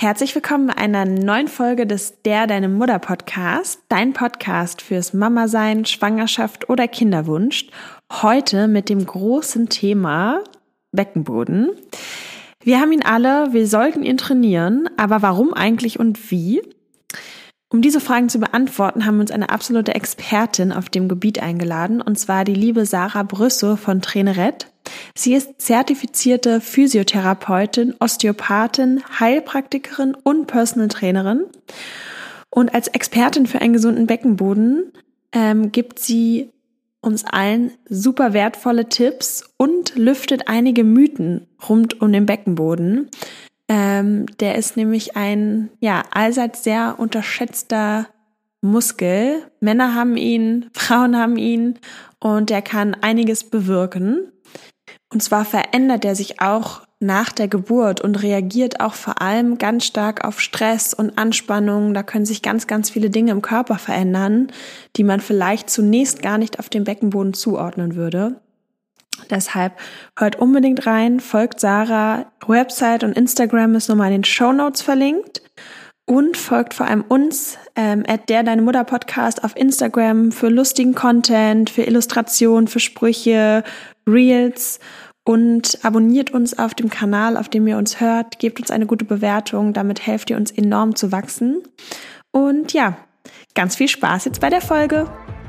Herzlich willkommen bei einer neuen Folge des Der Deine Mutter Podcast, dein Podcast fürs Mama-Sein, Schwangerschaft oder Kinderwunsch. Heute mit dem großen Thema Beckenboden. Wir haben ihn alle, wir sollten ihn trainieren, aber warum eigentlich und wie? Um diese Fragen zu beantworten, haben wir uns eine absolute Expertin auf dem Gebiet eingeladen, und zwar die liebe Sarah Brüssow von Traineret. Sie ist zertifizierte Physiotherapeutin, Osteopathin, Heilpraktikerin und Personal Trainerin. Und als Expertin für einen gesunden Beckenboden gibt sie uns allen super wertvolle Tipps und lüftet einige Mythen rund um den Beckenboden. Der ist nämlich ein allseits sehr unterschätzter Muskel. Männer haben ihn, Frauen haben ihn und der kann einiges bewirken. Und zwar verändert er sich auch nach der Geburt und reagiert auch vor allem ganz stark auf Stress und Anspannung. Da können sich ganz, ganz viele Dinge im Körper verändern, die man vielleicht zunächst gar nicht auf dem Beckenboden zuordnen würde. Deshalb hört unbedingt rein, folgt Sarah, Website und Instagram ist nochmal in den Shownotes verlinkt und folgt vor allem uns @der-deine-Mutter-Podcast auf Instagram für lustigen Content, für Illustrationen, für Sprüche, Reels und abonniert uns auf dem Kanal, auf dem ihr uns hört, gebt uns eine gute Bewertung, damit helft ihr uns enorm zu wachsen und ja, ganz viel Spaß jetzt bei der Folge.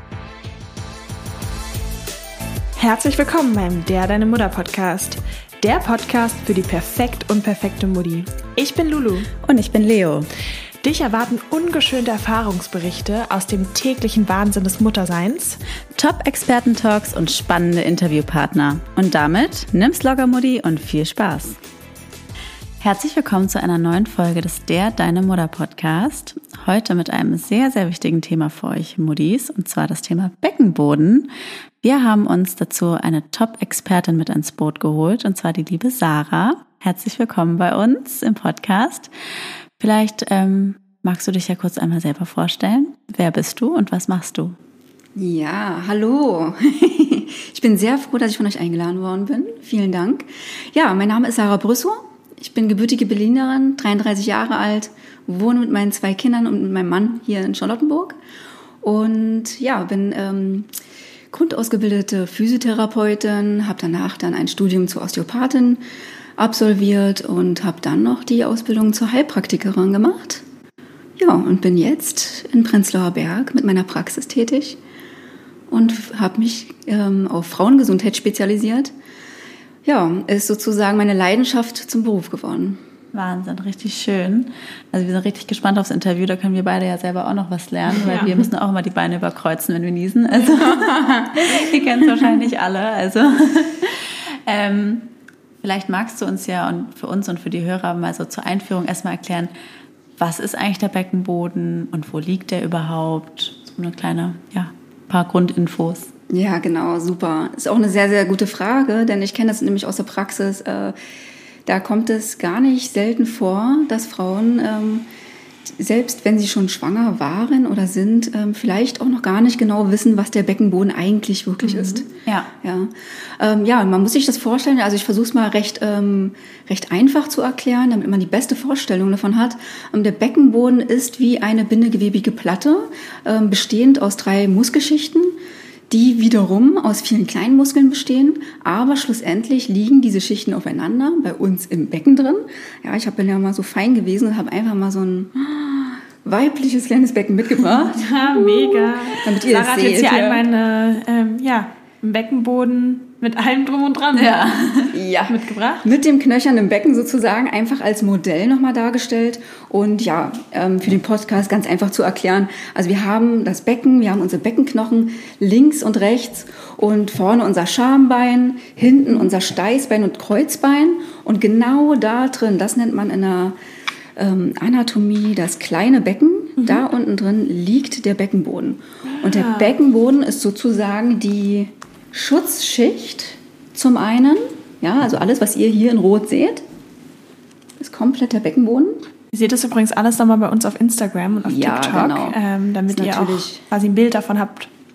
Herzlich willkommen beim Der Deine Mutter Podcast. Der Podcast für die perfekt unperfekte Mutti. Ich bin Lulu. Und ich bin Leo. Dich erwarten ungeschönte Erfahrungsberichte aus dem täglichen Wahnsinn des Mutterseins, Top-Experten-Talks und spannende Interviewpartner. Und damit nimm's locker, Mutti, und viel Spaß. Herzlich willkommen zu einer neuen Folge des Der Deine Mutter Podcast. Heute mit einem sehr, sehr wichtigen Thema für euch Muttis, und zwar das Thema Beckenboden. Wir haben uns dazu eine Top-Expertin mit ins Boot geholt, und zwar die liebe Sarah. Herzlich willkommen bei uns im Podcast. Vielleicht magst du dich ja kurz einmal selber vorstellen. Wer bist du und was machst du? Ja, hallo. Ich bin sehr froh, dass ich von euch eingeladen worden bin. Vielen Dank. Ja, mein Name ist Sarah Brüssow. Ich bin gebürtige Berlinerin, 33 Jahre alt, wohne mit meinen 2 Kindern und mit meinem Mann hier in Charlottenburg. Und ja, bin grundausgebildete Physiotherapeutin, habe danach dann ein Studium zur Osteopathin absolviert und habe dann noch die Ausbildung zur Heilpraktikerin gemacht. Ja, und bin jetzt in Prenzlauer Berg mit meiner Praxis tätig und habe mich auf Frauengesundheit spezialisiert. Ja, ist sozusagen meine Leidenschaft zum Beruf geworden. Wahnsinn, richtig schön. Also wir sind richtig gespannt aufs Interview, da können wir beide ja selber auch noch was lernen, weil wir müssen auch immer die Beine überkreuzen, wenn wir niesen. Also ihr kennt es wahrscheinlich alle. Also vielleicht magst du uns ja und für uns und für die Hörer mal so zur Einführung erstmal erklären, was ist eigentlich der Beckenboden und wo liegt der überhaupt? So eine kleine, paar Grundinfos. Ja, genau, super. Ist auch eine sehr, sehr gute Frage, denn ich kenne das nämlich aus der Praxis. Da kommt es gar nicht selten vor, dass Frauen, selbst wenn sie schon schwanger waren oder sind, vielleicht auch noch gar nicht genau wissen, was der Beckenboden eigentlich wirklich ist. Ja. Ja, man muss sich das vorstellen, also ich versuche es mal recht einfach zu erklären, damit man die beste Vorstellung davon hat. Der Beckenboden ist wie eine bindegewebige Platte, bestehend aus 3 Muskelschichten, die wiederum aus vielen kleinen Muskeln bestehen, aber schlussendlich liegen diese Schichten aufeinander, bei uns im Becken drin. Ja, ich bin ja mal so fein gewesen und habe einfach mal so ein weibliches kleines Becken mitgebracht. Ja, mega. Damit ihr Sarah das hat seht. jetzt hier einmal einen Beckenboden mit allem drum und dran mitgebracht. Mit dem knöchernen Becken sozusagen einfach als Modell nochmal dargestellt. Und ja, für den Podcast ganz einfach zu erklären. Also wir haben das Becken, wir haben unsere Beckenknochen links und rechts und vorne unser Schambein, hinten unser Steißbein und Kreuzbein. Und genau da drin, das nennt man in der Anatomie das kleine Becken. Da unten drin liegt der Beckenboden. Und der Beckenboden ist sozusagen die Schutzschicht zum einen, ja, also alles, was ihr hier in Rot seht, ist komplett der Beckenboden. Ihr seht das übrigens alles nochmal bei uns auf Instagram und auf TikTok, genau. damit ihr auch natürlich quasi ein Bild davon habt,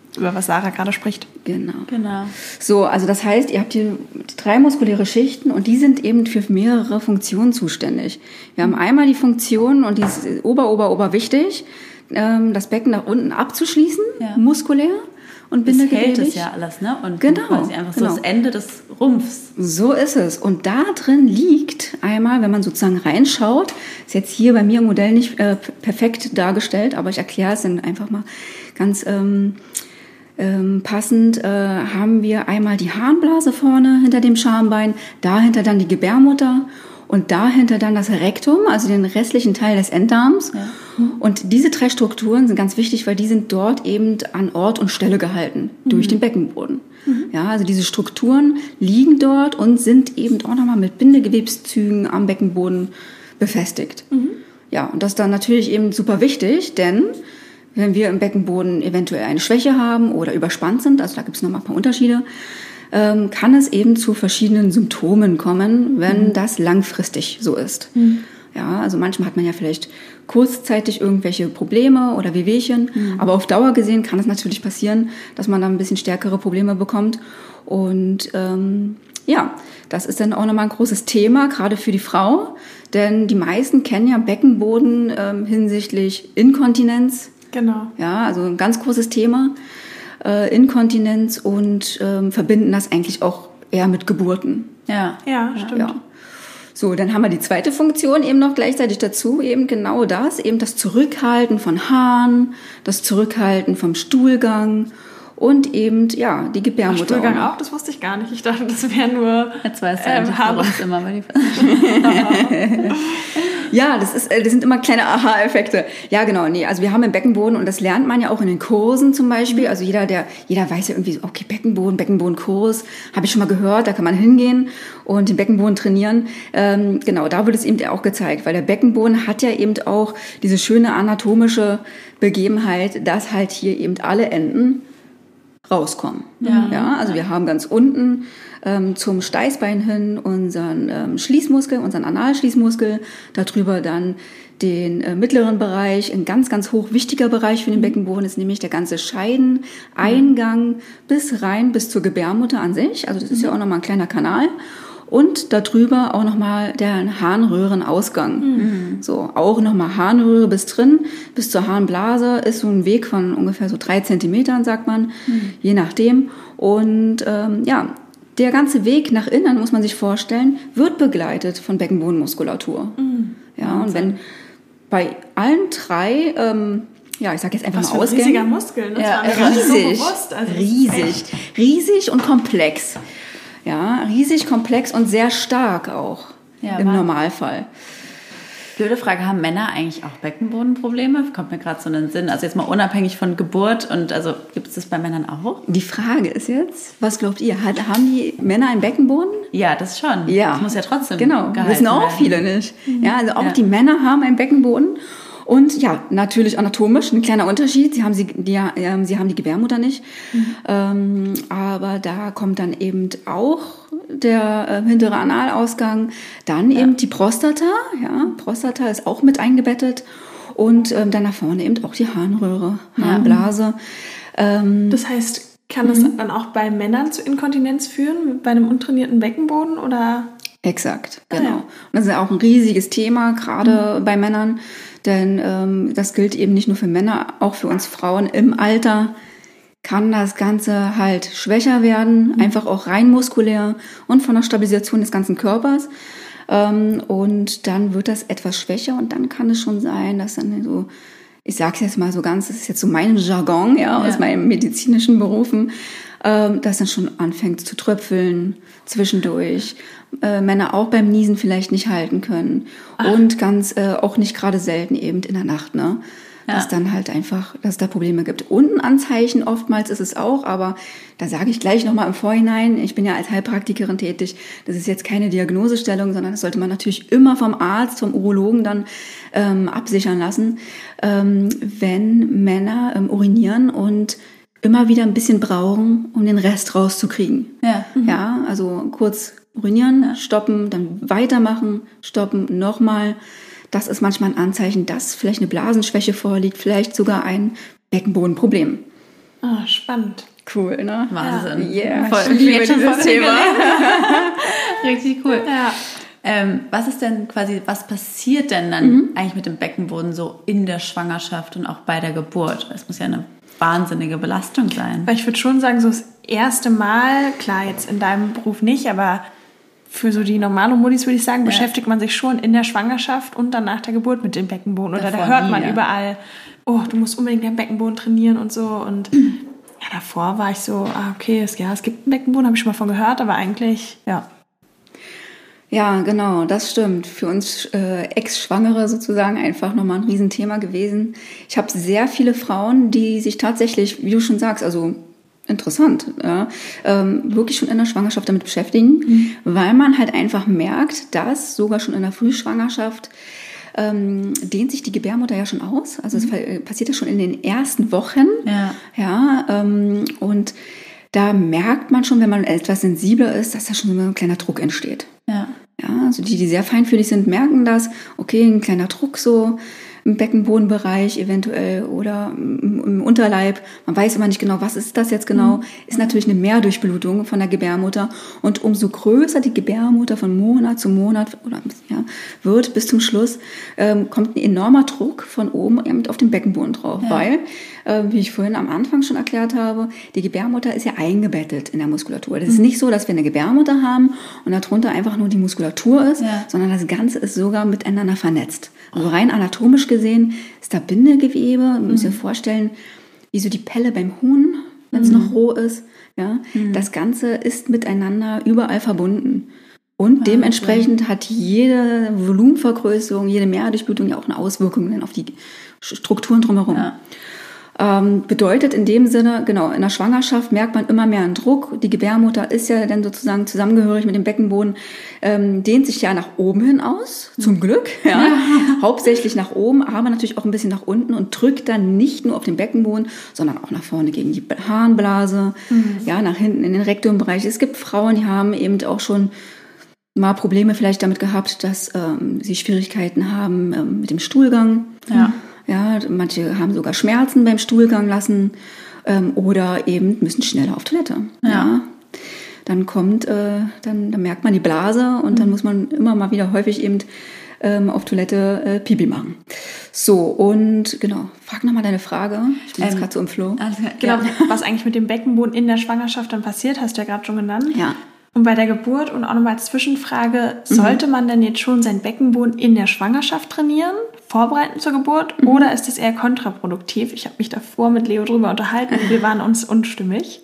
über was Sarah gerade spricht. Genau. Genau. So, also das heißt, ihr habt hier 3 muskuläre Schichten und die sind eben für mehrere Funktionen zuständig. Wir haben einmal die Funktion, und die ist ober wichtig, das Becken nach unten abzuschließen, muskulär und bindegewebig. Das hält es ja alles, ne? Und genau, quasi einfach so das Ende des Rumpfs. So ist es. Und da drin liegt einmal, wenn man sozusagen reinschaut, ist jetzt hier bei mir im Modell nicht perfekt dargestellt, aber ich erkläre es dann einfach mal ganz passend, haben wir einmal die Harnblase vorne hinter dem Schambein, dahinter dann die Gebärmutter und dahinter dann das Rektum, also den restlichen Teil des Enddarms. Ja. Und diese 3 Strukturen sind ganz wichtig, weil die sind dort eben an Ort und Stelle gehalten durch den Beckenboden. Ja, also diese Strukturen liegen dort und sind eben auch nochmal mit Bindegewebszügen am Beckenboden befestigt. Ja, und das ist dann natürlich eben super wichtig, denn wenn wir im Beckenboden eventuell eine Schwäche haben oder überspannt sind, also da gibt es nochmal ein paar Unterschiede, kann es eben zu verschiedenen Symptomen kommen, wenn das langfristig so ist. Ja, also manchmal hat man ja vielleicht kurzzeitig irgendwelche Probleme oder Wehwehchen, aber auf Dauer gesehen kann es natürlich passieren, dass man dann ein bisschen stärkere Probleme bekommt. Und ja, das ist dann auch nochmal ein großes Thema, gerade für die Frau, denn die meisten kennen ja Beckenboden hinsichtlich Inkontinenz. Genau. Ja, also ein ganz großes Thema, Inkontinenz, und verbinden das eigentlich auch eher mit Geburten. Ja, stimmt. Ja. So, dann haben wir die zweite Funktion eben noch gleichzeitig dazu, eben genau das, eben das Zurückhalten von Haaren, das Zurückhalten vom Stuhlgang und eben, ja, die Gebärmutter. Stuhlgang auch? Das wusste ich gar nicht. Ich dachte, das wäre nur jetzt weißt du eigentlich, warum es immer bei Ja, das sind immer kleine Aha-Effekte. Ja, genau, nee, also wir haben im Beckenboden, und das lernt man ja auch in den Kursen zum Beispiel, also jeder weiß ja irgendwie, okay, Beckenbodenkurs, habe ich schon mal gehört, da kann man hingehen und den Beckenboden trainieren. Genau, da wird es eben auch gezeigt, weil der Beckenboden hat ja eben auch diese schöne anatomische Begebenheit, dass halt hier eben alle Enden rauskommen. Ja, also wir haben ganz unten zum Steißbein hin unseren Schließmuskel, unseren Analschließmuskel, darüber dann den mittleren Bereich. Ein ganz, ganz hoch wichtiger Bereich für den Beckenboden ist nämlich der ganze Scheideneingang bis zur Gebärmutter an sich. Also das ist ja auch nochmal ein kleiner Kanal. Und darüber auch nochmal der Harnröhrenausgang. So, auch nochmal Harnröhre bis zur Harnblase ist so ein Weg von ungefähr so 3 Zentimetern, sagt man, je nachdem. Und ja, der ganze Weg nach innen, muss man sich vorstellen, wird begleitet von Beckenbodenmuskulatur. Ja, und wenn bei allen 3, ja, ich sage jetzt einfach mal Ausgänge. Riesiger Muskel, ne? Ja, Das war mir so bewusst. Also riesig und komplex. Ja, riesig, komplex und sehr stark auch im Normalfall. Blöde Frage, haben Männer eigentlich auch Beckenbodenprobleme? Kommt mir gerade so in den Sinn. Also jetzt mal unabhängig von Geburt, und also gibt es das bei Männern auch? Die Frage ist jetzt, was glaubt ihr? Haben die Männer einen Beckenboden? Ja, das schon. Ja. Das muss ja trotzdem genau, wissen auch werden. Viele nicht. Ja, also auch die Männer haben einen Beckenboden. Und ja, natürlich anatomisch, ein kleiner Unterschied. Sie haben die Gebärmutter nicht. Aber da kommt dann eben auch der hintere Analausgang. Dann eben die Prostata. Ja, Prostata ist auch mit eingebettet. Und dann nach vorne eben auch die Harnröhre, Harnblase. Das heißt, kann das dann auch bei Männern zu Inkontinenz führen, bei einem untrainierten Beckenboden, oder? Exakt, genau. Und das ist ja auch ein riesiges Thema, gerade bei Männern. Denn das gilt eben nicht nur für Männer, auch für uns Frauen. Im Alter kann das Ganze halt schwächer werden, einfach auch rein muskulär und von der Stabilisation des ganzen Körpers. Und dann wird das etwas schwächer, und dann kann es schon sein, dass dann so, ich sage es jetzt mal so ganz, das ist jetzt so mein Jargon, aus meinen medizinischen Berufen, dass dann schon anfängt zu tröpfeln zwischendurch. Männer auch beim Niesen vielleicht nicht halten können. Und ganz auch nicht gerade selten eben in der Nacht, ne? Dass dann halt einfach, dass es da Probleme gibt. Und ein Anzeichen oftmals ist es auch, aber da sage ich gleich nochmal im Vorhinein, ich bin ja als Heilpraktikerin tätig, das ist jetzt keine Diagnosestellung, sondern das sollte man natürlich immer vom Arzt, vom Urologen dann absichern lassen, wenn Männer urinieren und immer wieder ein bisschen brauchen, um den Rest rauszukriegen. Ja, also kurz urinieren, stoppen, dann weitermachen, stoppen, nochmal. Das ist manchmal ein Anzeichen, dass vielleicht eine Blasenschwäche vorliegt, vielleicht sogar ein Beckenbodenproblem. Ah, spannend. Cool, ne? Wahnsinn. Yeah, voll, ich liebe dieses Thema. Richtig cool. Ja. Was ist denn quasi, was passiert denn dann eigentlich mit dem Beckenboden so in der Schwangerschaft und auch bei der Geburt? Das muss ja eine wahnsinnige Belastung sein. Weil ich würde schon sagen, so das erste Mal, klar, jetzt in deinem Beruf nicht, aber für so die normale Muttis würde ich sagen, beschäftigt man sich schon in der Schwangerschaft und dann nach der Geburt mit dem Beckenboden. Oder da hört man überall, oh, du musst unbedingt den Beckenboden trainieren und so. Und ja, davor war ich so, okay, es gibt einen Beckenboden, habe ich schon mal von gehört, aber eigentlich, ja. Ja, genau, das stimmt. Für uns Ex-Schwangere sozusagen einfach nochmal ein Riesenthema gewesen. Ich habe sehr viele Frauen, die sich tatsächlich, wie du schon sagst, also interessant, ja, wirklich schon in der Schwangerschaft damit beschäftigen, weil man halt einfach merkt, dass sogar schon in der Frühschwangerschaft dehnt sich die Gebärmutter ja schon aus. Also es passiert ja schon in den ersten Wochen. Und da merkt man schon, wenn man etwas sensibler ist, dass da schon so ein kleiner Druck entsteht. Ja, also die sehr feinfühlig sind, merken das. Okay, ein kleiner Druck so im Beckenbodenbereich eventuell oder im Unterleib. Man weiß immer nicht genau, was ist das jetzt genau. Ist natürlich eine Mehrdurchblutung von der Gebärmutter. Und umso größer die Gebärmutter von Monat zu Monat wird bis zum Schluss, kommt ein enormer Druck von oben eben auf den Beckenboden drauf. Ja. Weil, wie ich vorhin am Anfang schon erklärt habe, die Gebärmutter ist ja eingebettet in der Muskulatur. Das ist nicht so, dass wir eine Gebärmutter haben und darunter einfach nur die Muskulatur ist, sondern das Ganze ist sogar miteinander vernetzt. Also rein anatomisch gesehen ist da Bindegewebe. Man muss sich vorstellen, wie so die Pelle beim Huhn, wenn es noch roh ist. Ja? Das Ganze ist miteinander überall verbunden. Und dementsprechend hat jede Volumenvergrößerung, jede Mehrdurchblutung ja auch eine Auswirkung dann auf die Strukturen drumherum. Ja. Bedeutet in dem Sinne, genau, in der Schwangerschaft merkt man immer mehr einen Druck. Die Gebärmutter ist ja dann sozusagen zusammengehörig mit dem Beckenboden, dehnt sich ja nach oben hin aus, zum Glück, hauptsächlich nach oben, aber natürlich auch ein bisschen nach unten und drückt dann nicht nur auf den Beckenboden, sondern auch nach vorne gegen die Harnblase, nach hinten in den Rektumbereich. Es gibt Frauen, die haben eben auch schon mal Probleme vielleicht damit gehabt, dass sie Schwierigkeiten haben mit dem Stuhlgang. Ja, manche haben sogar Schmerzen beim Stuhlgang lassen oder eben müssen schneller auf Toilette. Ja. Dann dann merkt man die Blase und dann muss man immer mal wieder häufig eben auf Toilette Pipi machen. So, und genau, frag nochmal deine Frage. Ich bin jetzt gerade so im Flow. Genau, was eigentlich mit dem Beckenboden in der Schwangerschaft dann passiert, hast du ja gerade schon genannt. Ja. Und bei der Geburt und auch nochmal als Zwischenfrage, sollte man denn jetzt schon seinen Beckenboden in der Schwangerschaft trainieren, vorbereiten zur Geburt, oder ist das eher kontraproduktiv? Ich habe mich davor mit Leo drüber unterhalten und wir waren uns unstimmig.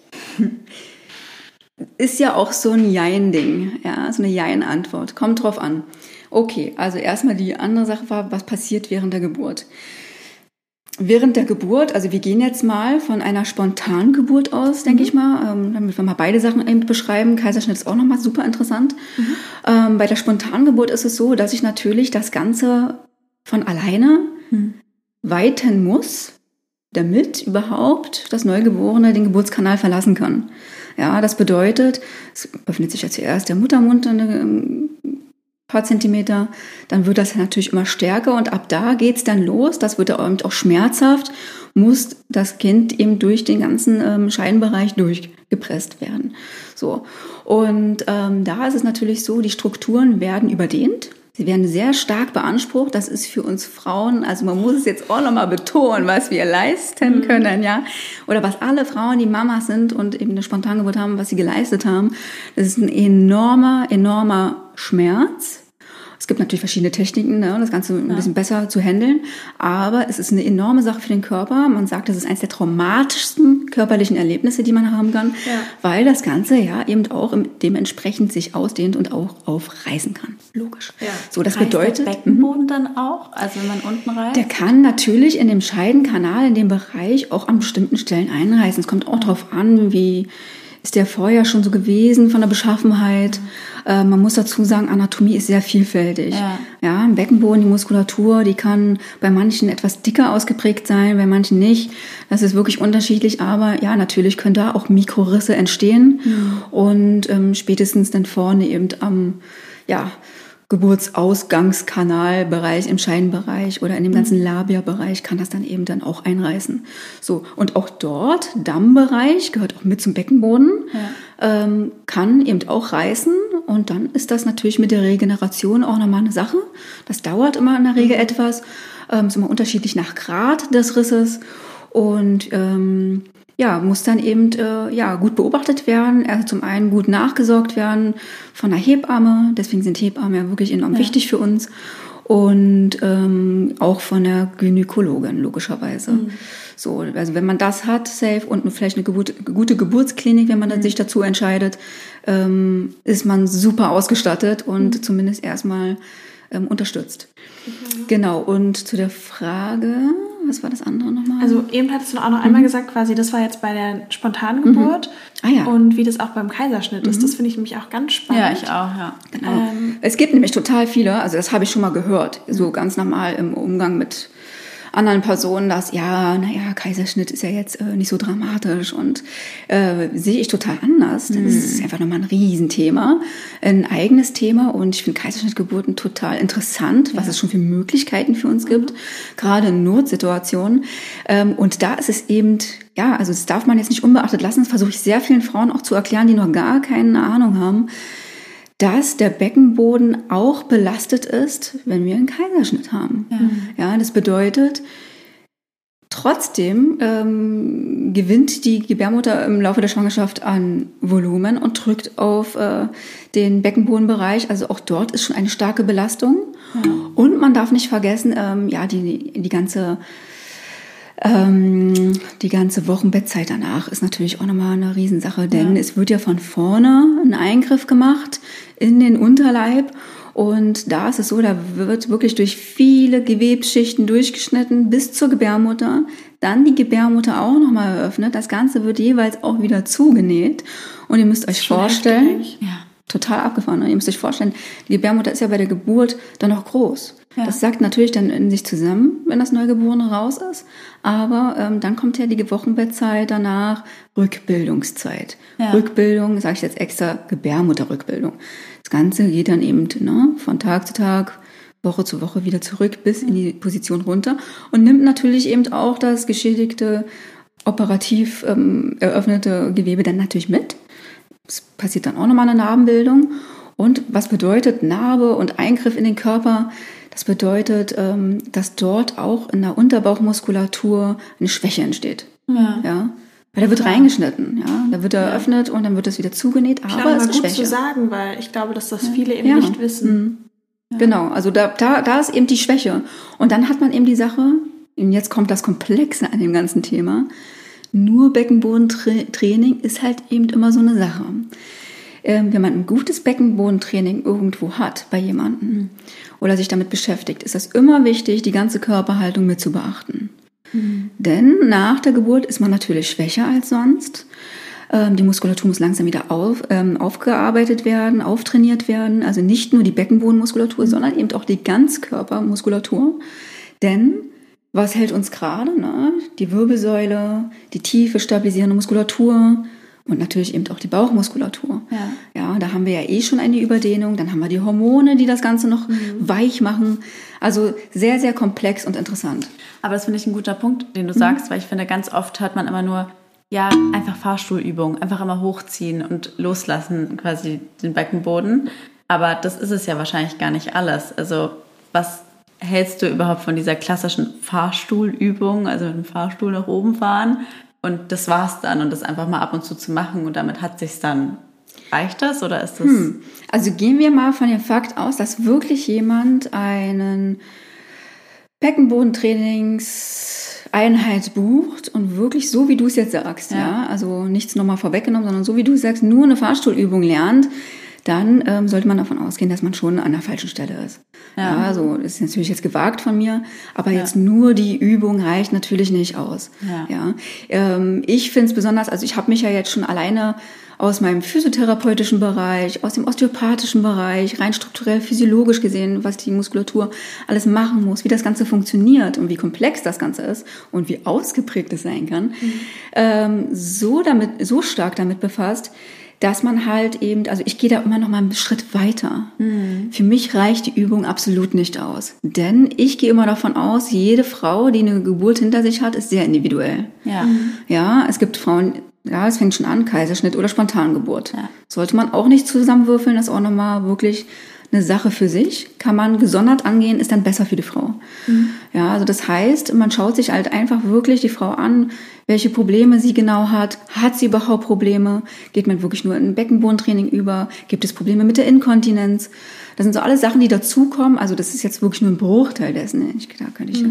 Ist ja auch so ein Jein-Ding, so eine Jein-Antwort. Kommt drauf an. Okay, also erstmal die andere Sache war, was passiert während der Geburt? Während der Geburt, also wir gehen jetzt mal von einer spontanen Geburt aus, denke ich mal, damit wir mal beide Sachen eben beschreiben. Kaiserschnitt ist auch nochmal super interessant. Bei der spontanen Geburt ist es so, dass ich natürlich das Ganze von alleine weiten muss, damit überhaupt das Neugeborene den Geburtskanal verlassen kann. Ja, das bedeutet, es öffnet sich ja zuerst der Muttermund ein paar Zentimeter, dann wird das natürlich immer stärker und ab da geht's dann los, das wird auch schmerzhaft, muss das Kind eben durch den ganzen Scheidenbereich durchgepresst werden. So. Und da ist es natürlich so, die Strukturen werden überdehnt. Sie werden sehr stark beansprucht. Das ist für uns Frauen, also man muss es jetzt auch nochmal betonen, was wir leisten können, ja. Oder was alle Frauen, die Mamas sind und eben eine Spontangeburt haben, was sie geleistet haben. Das ist ein enormer Schmerz. Es gibt natürlich verschiedene Techniken, das Ganze ein bisschen besser zu handeln, aber es ist eine enorme Sache für den Körper. Man sagt, das ist eines der traumatischsten körperlichen Erlebnisse, die man haben kann, weil das Ganze ja eben auch dementsprechend sich ausdehnt und auch aufreißen kann. Logisch. Ja. So, das bedeutet, der Beckenboden dann auch, also wenn man unten reißt? Der kann natürlich in dem Scheidenkanal, in dem Bereich auch an bestimmten Stellen einreißen. Es kommt auch darauf an, wie ist der vorher schon so gewesen von der Beschaffenheit. Man muss dazu sagen, Anatomie ist sehr vielfältig. Ja, im Beckenboden, die Muskulatur, die kann bei manchen etwas dicker ausgeprägt sein, bei manchen nicht. Das ist wirklich unterschiedlich, aber ja, natürlich können da auch Mikrorisse entstehen und spätestens dann vorne eben am Geburtsausgangskanalbereich, im Scheidenbereich oder in dem ganzen Labia-Bereich kann das dann eben dann auch einreißen. So, und auch dort, Dammbereich, gehört auch mit zum Beckenboden, kann eben auch reißen. Und dann ist das natürlich mit der Regeneration auch nochmal eine Sache. Das dauert immer in der Regel etwas, ist immer unterschiedlich nach Grad des Risses und muss dann eben gut beobachtet werden. Zum einen gut nachgesorgt werden von einer Hebamme. Deswegen sind Hebammen ja wirklich enorm wichtig für uns. Und auch von der Gynäkologin, logischerweise. So, also wenn man das hat, safe, und vielleicht eine gute Geburtsklinik, wenn man sich dazu entscheidet, ist man super ausgestattet und zumindest erstmal unterstützt. Genau, und zu der Frage, was war das andere nochmal? Also eben hattest du auch noch einmal gesagt, quasi, das war jetzt bei der spontanen Geburt und wie das auch beim Kaiserschnitt ist. Das finde ich nämlich auch ganz spannend. Ja, ich auch, ja. Genau. Es gibt nämlich total viele, also das habe ich schon mal gehört, so ganz normal im Umgang mit anderen Personen, dass Kaiserschnitt ist ja jetzt nicht so dramatisch und sehe ich total anders. Das ist einfach nochmal ein Riesenthema, ein eigenes Thema und ich finde Kaiserschnittgeburten total interessant, was es schon für Möglichkeiten für uns gibt, gerade in Notsituationen. Und da ist es eben, also das darf man jetzt nicht unbeachtet lassen, das versuche ich sehr vielen Frauen auch zu erklären, die noch gar keine Ahnung haben, dass der Beckenboden auch belastet ist, wenn wir einen Kaiserschnitt haben. Ja, das bedeutet, trotzdem gewinnt die Gebärmutter im Laufe der Schwangerschaft an Volumen und drückt auf den Beckenbodenbereich. Also auch dort ist schon eine starke Belastung. Und man darf nicht vergessen, die ganze Wochenbettzeit danach ist natürlich auch nochmal eine Riesensache, denn es wird ja von vorne ein Eingriff gemacht in den Unterleib und da ist es so, da wird wirklich durch viele Gewebsschichten durchgeschnitten bis zur Gebärmutter, dann die Gebärmutter auch nochmal eröffnet, das Ganze wird jeweils auch wieder zugenäht und ihr müsst euch vorstellen, total abgefahren, ihr müsst euch vorstellen, die Gebärmutter ist ja bei der Geburt dann noch groß. Ja. Das sackt natürlich dann in sich zusammen, wenn das Neugeborene raus ist. Aber dann kommt ja die Wochenbettzeit danach, Rückbildungszeit. Ja. Rückbildung, sage ich jetzt extra, Gebärmutterrückbildung. Das Ganze geht dann eben von Tag zu Tag, Woche zu Woche wieder zurück bis in die Position runter und nimmt natürlich eben auch das geschädigte, operativ eröffnete Gewebe dann natürlich mit. Es passiert dann auch nochmal eine Narbenbildung. Und was bedeutet Narbe und Eingriff in den Körper? Das bedeutet, dass dort auch in der Unterbauchmuskulatur eine Schwäche entsteht. Ja? Weil da wird reingeschnitten, da wird eröffnet und dann wird das wieder zugenäht, aber es ist gut zu sagen, weil ich glaube, dass das viele eben nicht wissen. Ja. Genau, also da ist eben die Schwäche. Und dann hat man eben die Sache, und jetzt kommt das Komplexe an dem ganzen Thema, nur Beckenbodentraining ist halt eben immer so eine Sache. Wenn man ein gutes Beckenbodentraining irgendwo hat bei jemandem oder sich damit beschäftigt, ist das immer wichtig, die ganze Körperhaltung mit zu beachten. Denn nach der Geburt ist man natürlich schwächer als sonst. Die Muskulatur muss langsam wieder aufgearbeitet werden, auftrainiert werden. Also nicht nur die Beckenbodenmuskulatur, sondern eben auch die Ganzkörpermuskulatur. Denn was hält uns gerade? Die Wirbelsäule, die tiefe stabilisierende Muskulatur und natürlich eben auch die Bauchmuskulatur. Ja, da haben wir ja schon eine Überdehnung. Dann haben wir die Hormone, die das Ganze noch weich machen. Also sehr, sehr komplex und interessant. Aber das finde ich ein guter Punkt, den du sagst, weil ich finde, ganz oft hört man immer nur, einfach Fahrstuhlübungen, einfach immer hochziehen und loslassen quasi den Beckenboden. Aber das ist es ja wahrscheinlich gar nicht alles. Also was hältst du überhaupt von dieser klassischen Fahrstuhlübung, also mit dem Fahrstuhl nach oben fahren und das war's dann und das einfach mal ab und zu machen und damit hat sich's dann. Reicht das oder ist das? Also gehen wir mal von dem Fakt aus, dass wirklich jemand einen Beckenbodentrainingseinheit bucht und wirklich so, wie du es jetzt sagst, also nichts nochmal vorweggenommen, sondern so, wie du es sagst, nur eine Fahrstuhlübung lernt, dann sollte man davon ausgehen, dass man schon an der falschen Stelle ist. Ja, also das ist natürlich jetzt gewagt von mir, aber jetzt nur die Übung reicht natürlich nicht aus. Ich finde es besonders, also ich habe mich ja jetzt schon alleine aus meinem physiotherapeutischen Bereich, aus dem osteopathischen Bereich, rein strukturell, physiologisch gesehen, was die Muskulatur alles machen muss, wie das Ganze funktioniert und wie komplex das Ganze ist und wie ausgeprägt es sein kann, so stark damit befasst, dass man halt eben, also ich gehe da immer noch mal einen Schritt weiter. Für mich reicht die Übung absolut nicht aus. Denn ich gehe immer davon aus, jede Frau, die eine Geburt hinter sich hat, ist sehr individuell. Ja. Ja, es gibt Frauen, ja, es fängt schon an, Kaiserschnitt oder Spontangeburt. Ja. Sollte man auch nicht zusammenwürfeln, das ist auch nochmal wirklich eine Sache für sich. Kann man gesondert angehen, ist dann besser für die Frau. Ja, also das heißt, man schaut sich halt einfach wirklich die Frau an, welche Probleme sie genau hat. Hat sie überhaupt Probleme? Geht man wirklich nur in ein Beckenbodentraining über? Gibt es Probleme mit der Inkontinenz? Das sind so alle Sachen, die dazukommen. Also das ist jetzt wirklich nur ein Bruchteil dessen. Da könnte ich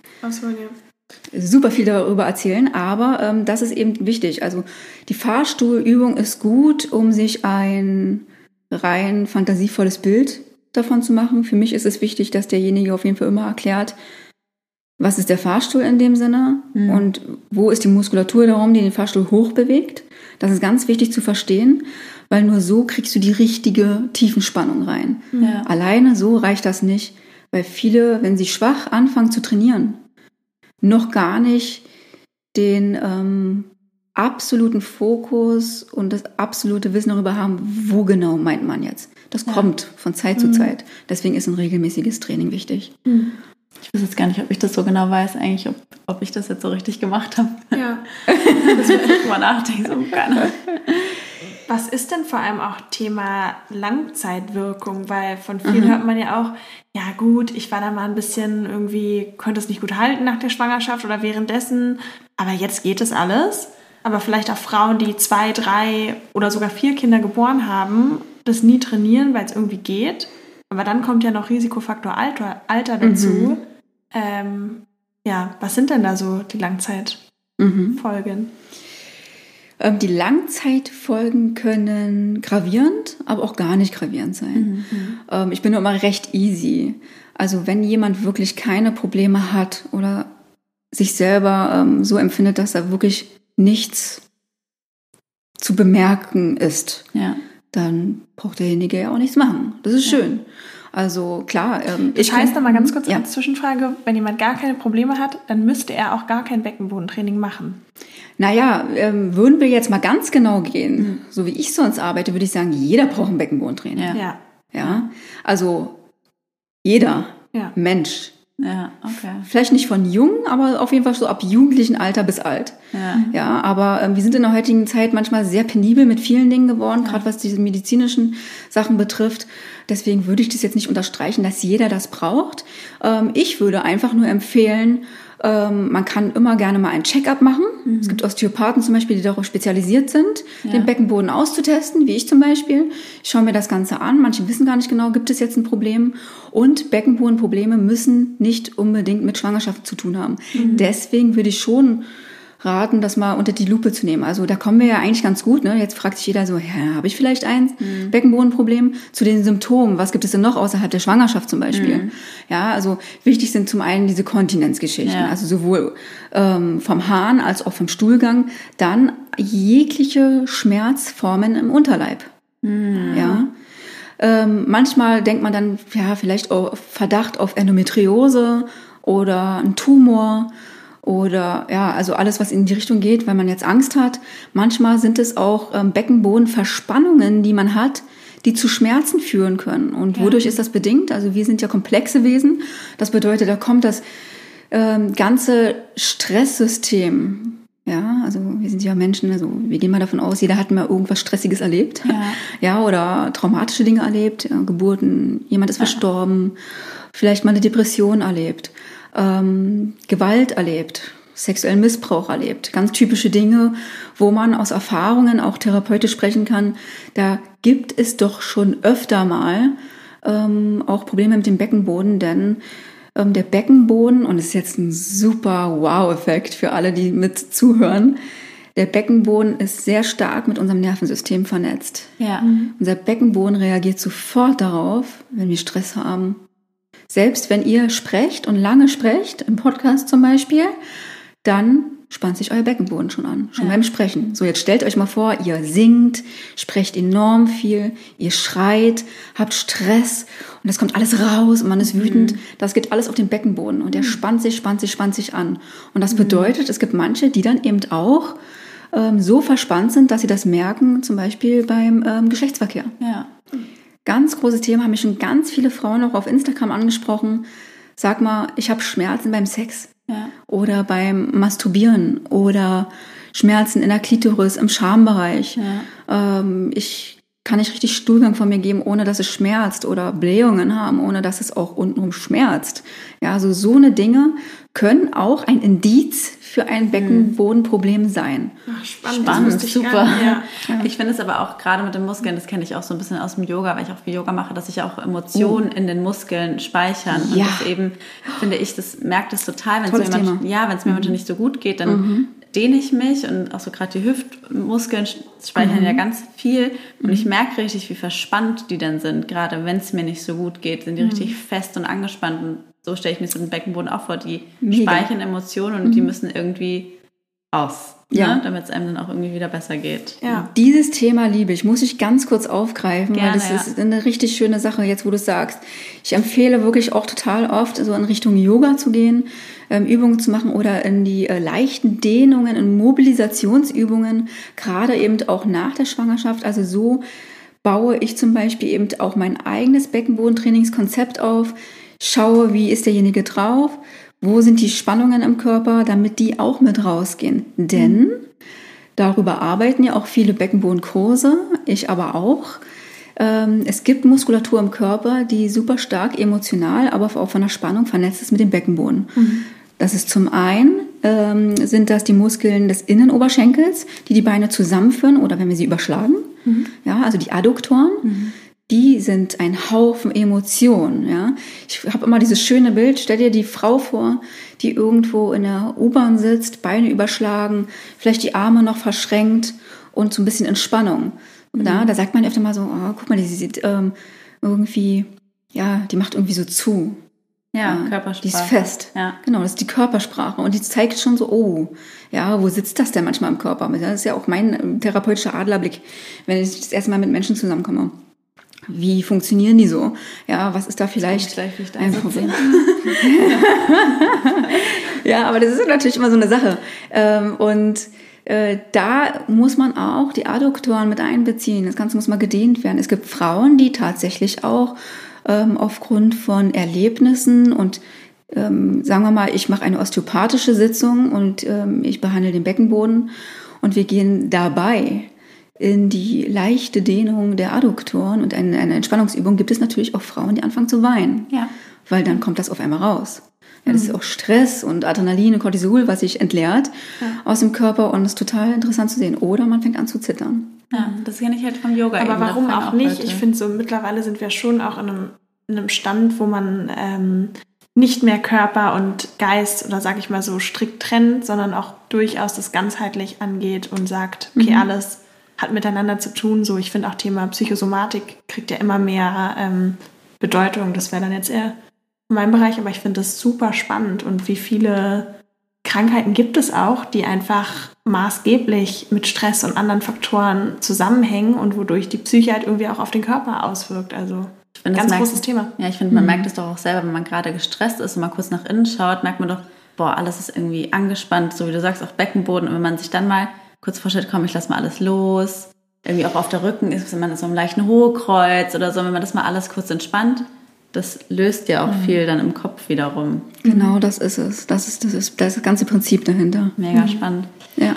super viel darüber erzählen, aber das ist eben wichtig. Also die Fahrstuhlübung ist gut, um sich ein rein fantasievolles Bild davon zu machen. Für mich ist es wichtig, dass derjenige auf jeden Fall immer erklärt, was ist der Fahrstuhl in dem Sinne und wo ist die Muskulatur darum, die den Fahrstuhl hochbewegt. Das ist ganz wichtig zu verstehen, weil nur so kriegst du die richtige Tiefenspannung rein. Ja. Alleine so reicht das nicht, weil viele, wenn sie schwach anfangen zu trainieren, noch gar nicht den absoluten Fokus und das absolute Wissen darüber haben, wo genau meint man jetzt. Das kommt von Zeit zu Zeit. Deswegen ist ein regelmäßiges Training wichtig. Ich weiß jetzt gar nicht, ob ich das so genau weiß, eigentlich, ob ich das jetzt so richtig gemacht habe. Ja. Das will ich mal nachdenken, so gerne. Was ist denn vor allem auch Thema Langzeitwirkung? Weil von vielen hört man ja auch, ja gut, ich war da mal ein bisschen irgendwie, konnte es nicht gut halten nach der Schwangerschaft oder währenddessen, aber jetzt geht es alles. Aber vielleicht auch Frauen, die 2, 3 oder sogar 4 Kinder geboren haben, das nie trainieren, weil es irgendwie geht. Aber dann kommt ja noch Risikofaktor Alter dazu. Was sind denn da so die Langzeitfolgen? Die Langzeitfolgen können gravierend, aber auch gar nicht gravierend sein. Ich bin immer recht easy. Also wenn jemand wirklich keine Probleme hat oder sich selber so empfindet, dass er wirklich nichts zu bemerken ist, dann braucht derjenige ja auch nichts machen. Das ist schön. Also klar. Das heißt aber ganz kurz als Zwischenfrage, wenn jemand gar keine Probleme hat, dann müsste er auch gar kein Beckenbodentraining machen. Naja, würden wir jetzt mal ganz genau gehen, so wie ich sonst arbeite, würde ich sagen, jeder braucht ein Beckenbodentraining. Ja. Also jeder Mensch. Ja, okay. Vielleicht nicht von jung, aber auf jeden Fall so ab jugendlichen Alter bis alt. Ja, aber wir sind in der heutigen Zeit manchmal sehr penibel mit vielen Dingen geworden, gerade was diese medizinischen Sachen betrifft. Deswegen würde ich das jetzt nicht unterstreichen, dass jeder das braucht. Ich würde einfach nur empfehlen, man kann immer gerne mal ein Check-up machen. Es gibt Osteopathen zum Beispiel, die darauf spezialisiert sind, den Beckenboden auszutesten, wie ich zum Beispiel. Ich schaue mir das Ganze an. Manche wissen gar nicht genau, gibt es jetzt ein Problem. Und Beckenbodenprobleme müssen nicht unbedingt mit Schwangerschaft zu tun haben. Deswegen würde ich schon raten, das mal unter die Lupe zu nehmen. Also da kommen wir ja eigentlich ganz gut. Ne? Jetzt fragt sich jeder so, habe ich vielleicht eins? Beckenbodenproblem? Zu den Symptomen, was gibt es denn noch außerhalb der Schwangerschaft zum Beispiel? Ja, also wichtig sind zum einen diese Kontinenzgeschichten, also sowohl vom Harn als auch vom Stuhlgang. Dann jegliche Schmerzformen im Unterleib. Ja. Manchmal denkt man dann, vielleicht auf Verdacht auf Endometriose oder ein Tumor. Oder also alles, was in die Richtung geht, weil man jetzt Angst hat. Manchmal sind es auch Beckenbodenverspannungen, die man hat, die zu Schmerzen führen können. Und wodurch ist das bedingt? Also wir sind ja komplexe Wesen. Das bedeutet, da kommt das ganze Stresssystem. Ja, also wir sind ja Menschen, also wir gehen mal davon aus, jeder hat mal irgendwas Stressiges erlebt. Oder traumatische Dinge erlebt, Geburten, jemand ist verstorben, vielleicht mal eine Depression erlebt. Gewalt erlebt, sexuellen Missbrauch erlebt, ganz typische Dinge, wo man aus Erfahrungen auch therapeutisch sprechen kann. Da gibt es doch schon öfter mal auch Probleme mit dem Beckenboden, denn der Beckenboden, und das ist jetzt ein super Wow-Effekt für alle, die mit zuhören, der Beckenboden ist sehr stark mit unserem Nervensystem vernetzt. Unser Beckenboden reagiert sofort darauf, wenn wir Stress haben. Selbst wenn ihr sprecht und lange sprecht, im Podcast zum Beispiel, dann spannt sich euer Beckenboden schon an, schon beim Sprechen. So, jetzt stellt euch mal vor, ihr singt, sprecht enorm viel, ihr schreit, habt Stress und das kommt alles raus und man ist wütend. Das geht alles auf den Beckenboden und der spannt sich an. Und das bedeutet, es gibt manche, die dann eben auch so verspannt sind, dass sie das merken, zum Beispiel beim Geschlechtsverkehr. Ja. Ganz großes Thema, haben mich schon ganz viele Frauen auch auf Instagram angesprochen. Sag mal, ich habe Schmerzen beim Sex oder beim Masturbieren oder Schmerzen in der Klitoris, im Schambereich. Ja. Ich kann nicht richtig Stuhlgang von mir geben, ohne dass es schmerzt oder Blähungen haben, ohne dass es auch untenrum schmerzt. Ja, also so eine Dinge können auch ein Indiz für ein Beckenbodenproblem sein. Ach, spannend, super. Ja. Ich finde es aber auch gerade mit den Muskeln, das kenne ich auch so ein bisschen aus dem Yoga, weil ich auch viel Yoga mache, dass sich auch Emotionen in den Muskeln speichern. Und das eben, finde ich, das merkt es total, wenn es mir nicht so gut geht, dann dehne ich mich und auch so gerade die Hüftmuskeln speichern ja ganz viel und ich merke richtig, wie verspannt die dann sind, gerade wenn es mir nicht so gut geht, sind die richtig fest und angespannt und so stelle ich mir so den Beckenboden auch vor, die speichern Emotionen und die müssen irgendwie raus, damit es einem dann auch irgendwie wieder besser geht. Ja. Dieses Thema liebe ich, muss ich ganz kurz aufgreifen, weil das ist eine richtig schöne Sache, jetzt wo du es sagst. Ich empfehle wirklich auch total oft, so in Richtung Yoga zu gehen, Übungen zu machen oder in die leichten Dehnungen, in Mobilisationsübungen, gerade eben auch nach der Schwangerschaft. Also so baue ich zum Beispiel eben auch mein eigenes Beckenbodentrainingskonzept auf, schaue, wie ist derjenige drauf, wo sind die Spannungen im Körper, damit die auch mit rausgehen. Denn darüber arbeiten ja auch viele Beckenbodenkurse, ich aber auch. Es gibt Muskulatur im Körper, die super stark emotional, aber auch von der Spannung vernetzt ist mit dem Beckenboden. Das ist zum einen, sind das die Muskeln des Innenoberschenkels, die Beine zusammenführen oder wenn wir sie überschlagen. Ja, also die Adduktoren. Die sind ein Haufen Emotionen. Ja. Ich habe immer dieses schöne Bild, stell dir die Frau vor, die irgendwo in der U-Bahn sitzt, Beine überschlagen, vielleicht die Arme noch verschränkt und so ein bisschen in Spannung. Da sagt man öfter mal so, oh, guck mal, die sieht irgendwie, die macht irgendwie so zu. Ja, Körpersprache. Die ist fest. Ja. Genau, das ist die Körpersprache. Und die zeigt schon so, wo sitzt das denn manchmal im Körper? Das ist ja auch mein therapeutischer Adlerblick, wenn ich das erste Mal mit Menschen zusammenkomme. Wie funktionieren die so? Ja, was ist da vielleicht ein Problem? Ja, aber das ist natürlich immer so eine Sache. Da muss man auch die Adduktoren mit einbeziehen. Das Ganze muss mal gedehnt werden. Es gibt Frauen, die tatsächlich auch aufgrund von Erlebnissen und sagen wir mal, ich mache eine osteopathische Sitzung und ich behandle den Beckenboden und wir gehen dabei in die leichte Dehnung der Adduktoren und eine Entspannungsübung, gibt es natürlich auch Frauen, die anfangen zu weinen. Ja. Weil dann kommt das auf einmal raus. Ja, das ist auch Stress und Adrenalin und Cortisol, was sich entleert aus dem Körper und es ist total interessant zu sehen. Oder man fängt an zu zittern. Ja, das kenne ich halt vom Yoga. Aber warum auch nicht? Leute. Ich finde so, mittlerweile sind wir schon auch in einem Stand, wo man nicht mehr Körper und Geist oder sage ich mal so strikt trennt, sondern auch durchaus das ganzheitlich angeht und sagt, okay, alles hat miteinander zu tun. So, ich finde auch Thema Psychosomatik kriegt ja immer mehr Bedeutung. Das wäre dann jetzt eher in meinem Bereich, aber ich finde das super spannend und wie viele Krankheiten gibt es auch, die einfach maßgeblich mit Stress und anderen Faktoren zusammenhängen und wodurch die Psyche halt irgendwie auch auf den Körper auswirkt. Also ein ganz großes Thema. Ja, ich finde, man merkt es doch auch selber, wenn man gerade gestresst ist und mal kurz nach innen schaut, merkt man doch, alles ist irgendwie angespannt, so wie du sagst, auch Beckenboden. Und wenn man sich dann mal kurz vorstellt, komm, ich lass mal alles los, irgendwie auch auf der Rücken ist, wenn man so im leichten Hohlkreuz oder so, wenn man das mal alles kurz entspannt, das löst ja auch viel dann im Kopf wiederum. Genau, das ist es. Das ist das ganze Prinzip dahinter. Mega spannend. Ja.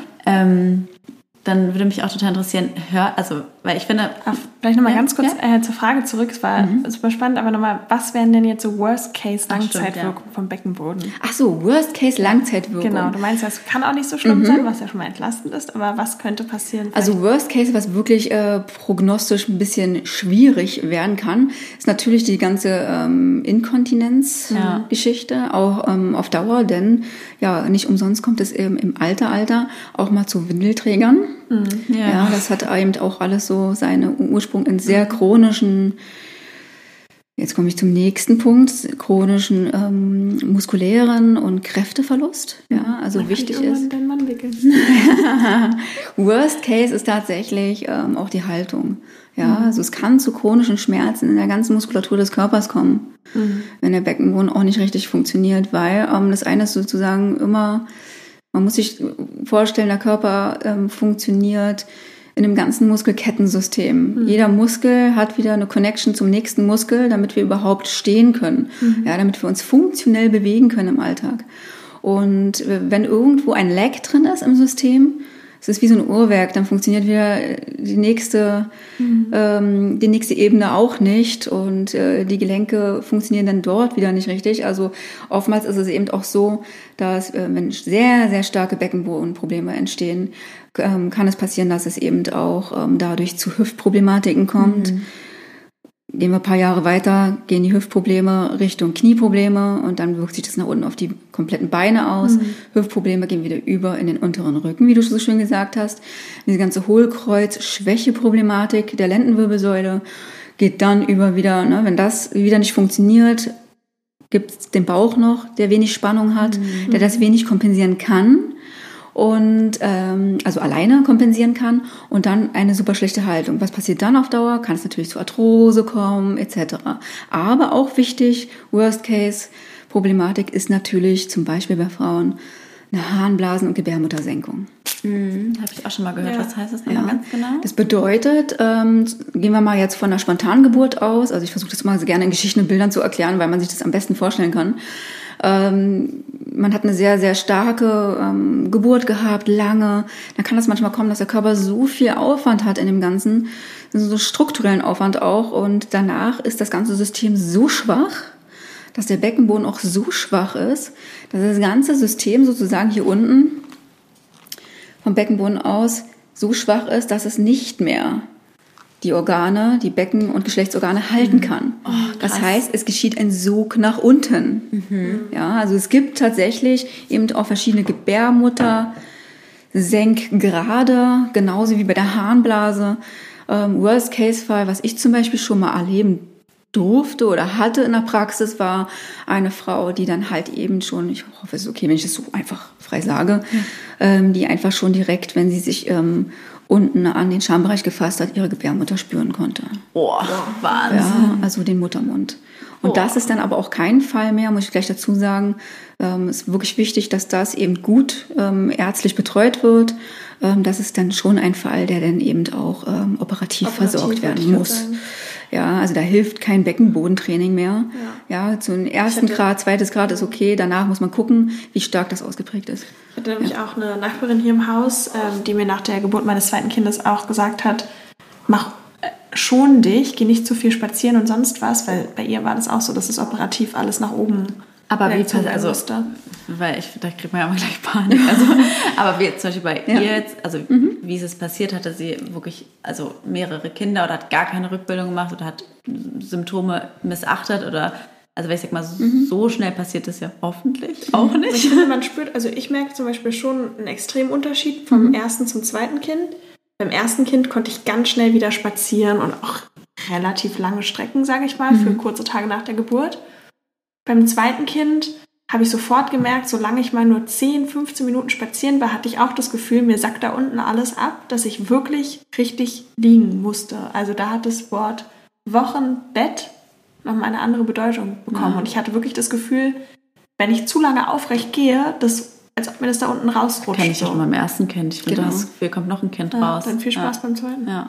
Dann würde mich auch total interessieren, weil ich finde... Vielleicht nochmal ganz kurz zur Frage zurück. Es war super spannend, aber nochmal, was wären denn jetzt so Worst-Case-Langzeitwirkungen vom Beckenboden? Ach so, Worst-Case-Langzeitwirkungen. Genau, du meinst, das kann auch nicht so schlimm sein, was ja schon mal entlastend ist, aber was könnte passieren? Also Worst-Case, was wirklich prognostisch ein bisschen schwierig werden kann, ist natürlich die ganze Inkontinenz-Geschichte, auch auf Dauer, denn nicht umsonst kommt es eben im Alter auch mal zu Windelträgern. Ja, das hat eben auch alles so seinen Ursprung in sehr chronischen, jetzt komme ich zum nächsten Punkt, chronischen muskulären und Kräfteverlust. Ja, also man wichtig ist. Den Mann wickeln. Worst Case ist tatsächlich auch die Haltung. Ja, also es kann zu chronischen Schmerzen in der ganzen Muskulatur des Körpers kommen, wenn der Beckenboden auch nicht richtig funktioniert, weil das eine ist sozusagen immer Man muss sich vorstellen, der Körper funktioniert in dem ganzen Muskelkettensystem. Jeder Muskel hat wieder eine Connection zum nächsten Muskel, damit wir überhaupt stehen können, ja, damit wir uns funktionell bewegen können im Alltag. Und wenn irgendwo ein Lag drin ist im System, es ist wie so ein Uhrwerk, dann funktioniert wieder die nächste Ebene auch nicht und die Gelenke funktionieren dann dort wieder nicht richtig. Also oftmals ist es eben auch so, dass wenn sehr, sehr starke Beckenbodenprobleme entstehen, kann es passieren, dass es eben auch dadurch zu Hüftproblematiken kommt. Gehen wir ein paar Jahre weiter, gehen die Hüftprobleme Richtung Knieprobleme und dann wirkt sich das nach unten auf die kompletten Beine aus. Hüftprobleme gehen wieder über in den unteren Rücken, wie du so schön gesagt hast. Diese ganze Hohlkreuz-Schwäche-Problematik der Lendenwirbelsäule geht dann über wieder, ne, wenn das wieder nicht funktioniert, gibt es den Bauch noch, der wenig Spannung hat, der das wenig kompensieren kann. Und also alleine kompensieren kann und dann eine super schlechte Haltung. Was passiert dann auf Dauer? Kann es natürlich zu Arthrose kommen, etc. Aber auch wichtig, Worst-Case-Problematik ist natürlich zum Beispiel bei Frauen eine Harnblasen- und Gebärmuttersenkung. Habe ich auch schon mal gehört. Was heißt das nochmal ganz genau? Das bedeutet, gehen wir mal jetzt von einer Spontangeburt aus. Also ich versuche das immer so gerne in Geschichten und Bildern zu erklären, weil man sich das am besten vorstellen kann. Man hat eine sehr, sehr starke Geburt gehabt, lange. Dann kann das manchmal kommen, dass der Körper so viel Aufwand hat in dem Ganzen, so strukturellen Aufwand auch. Und danach ist das ganze System so schwach, dass der Beckenboden auch so schwach ist, dass das ganze System sozusagen hier unten vom Beckenboden aus so schwach ist, dass es nicht mehr die Organe, die Becken- und Geschlechtsorgane halten kann. Oh, das heißt, es geschieht ein Sog nach unten. Ja, also es gibt tatsächlich eben auch verschiedene Gebärmutter-Senkgrade, genauso wie bei der Harnblase. Worst-Case-Fall, was ich zum Beispiel schon mal erleben durfte oder hatte in der Praxis, war eine Frau, die dann halt eben schon, ich hoffe, es ist okay, wenn ich das so einfach frei sage, die einfach schon direkt, wenn sie sich unten an den Schambereich gefasst hat, ihre Gebärmutter spüren konnte. Oh, Wahnsinn. Ja, also den Muttermund. Und das ist dann aber auch kein Fall mehr, muss ich gleich dazu sagen. Es ist wirklich wichtig, dass das eben gut ärztlich betreut wird. Das ist dann schon ein Fall, der dann eben auch operativ versorgt werden muss. Ja, also da hilft kein Beckenbodentraining mehr. Ja, zum ersten Grad, zweites Grad ist okay. Danach muss man gucken, wie stark das ausgeprägt ist. Ich hatte nämlich auch eine Nachbarin hier im Haus, die mir nach der Geburt meines zweiten Kindes auch gesagt hat, schon dich, geh nicht zu viel spazieren und sonst was, weil bei ihr war das auch so, dass es operativ alles nach oben aber wie weil da kriegt man ja immer gleich Panik. Also, aber wie zum Beispiel bei ihr jetzt, also wie ist es passiert, hatte sie wirklich mehrere Kinder oder hat gar keine Rückbildung gemacht oder hat Symptome missachtet oder also ich sag mal, so schnell passiert das ja hoffentlich auch nicht. Ich finde, man spürt, also ich merke zum Beispiel schon einen extremen Unterschied vom ersten zum zweiten Kind. Beim ersten Kind konnte ich ganz schnell wieder spazieren und auch relativ lange Strecken, sage ich mal, für kurze Tage nach der Geburt. Beim zweiten Kind habe ich sofort gemerkt, solange ich mal nur 10, 15 Minuten spazieren war, hatte ich auch das Gefühl, mir sackt da unten alles ab, dass ich wirklich richtig liegen musste. Also da hat das Wort Wochenbett nochmal eine andere Bedeutung bekommen. Und ich hatte wirklich das Gefühl, wenn ich zu lange aufrecht gehe, als ob mir das da unten rausrutscht. Kenn ich auch beim ersten Kind. Ich finde, das Gefühl, kommt noch ein Kind raus. Dann viel Spaß beim zweiten. Ja.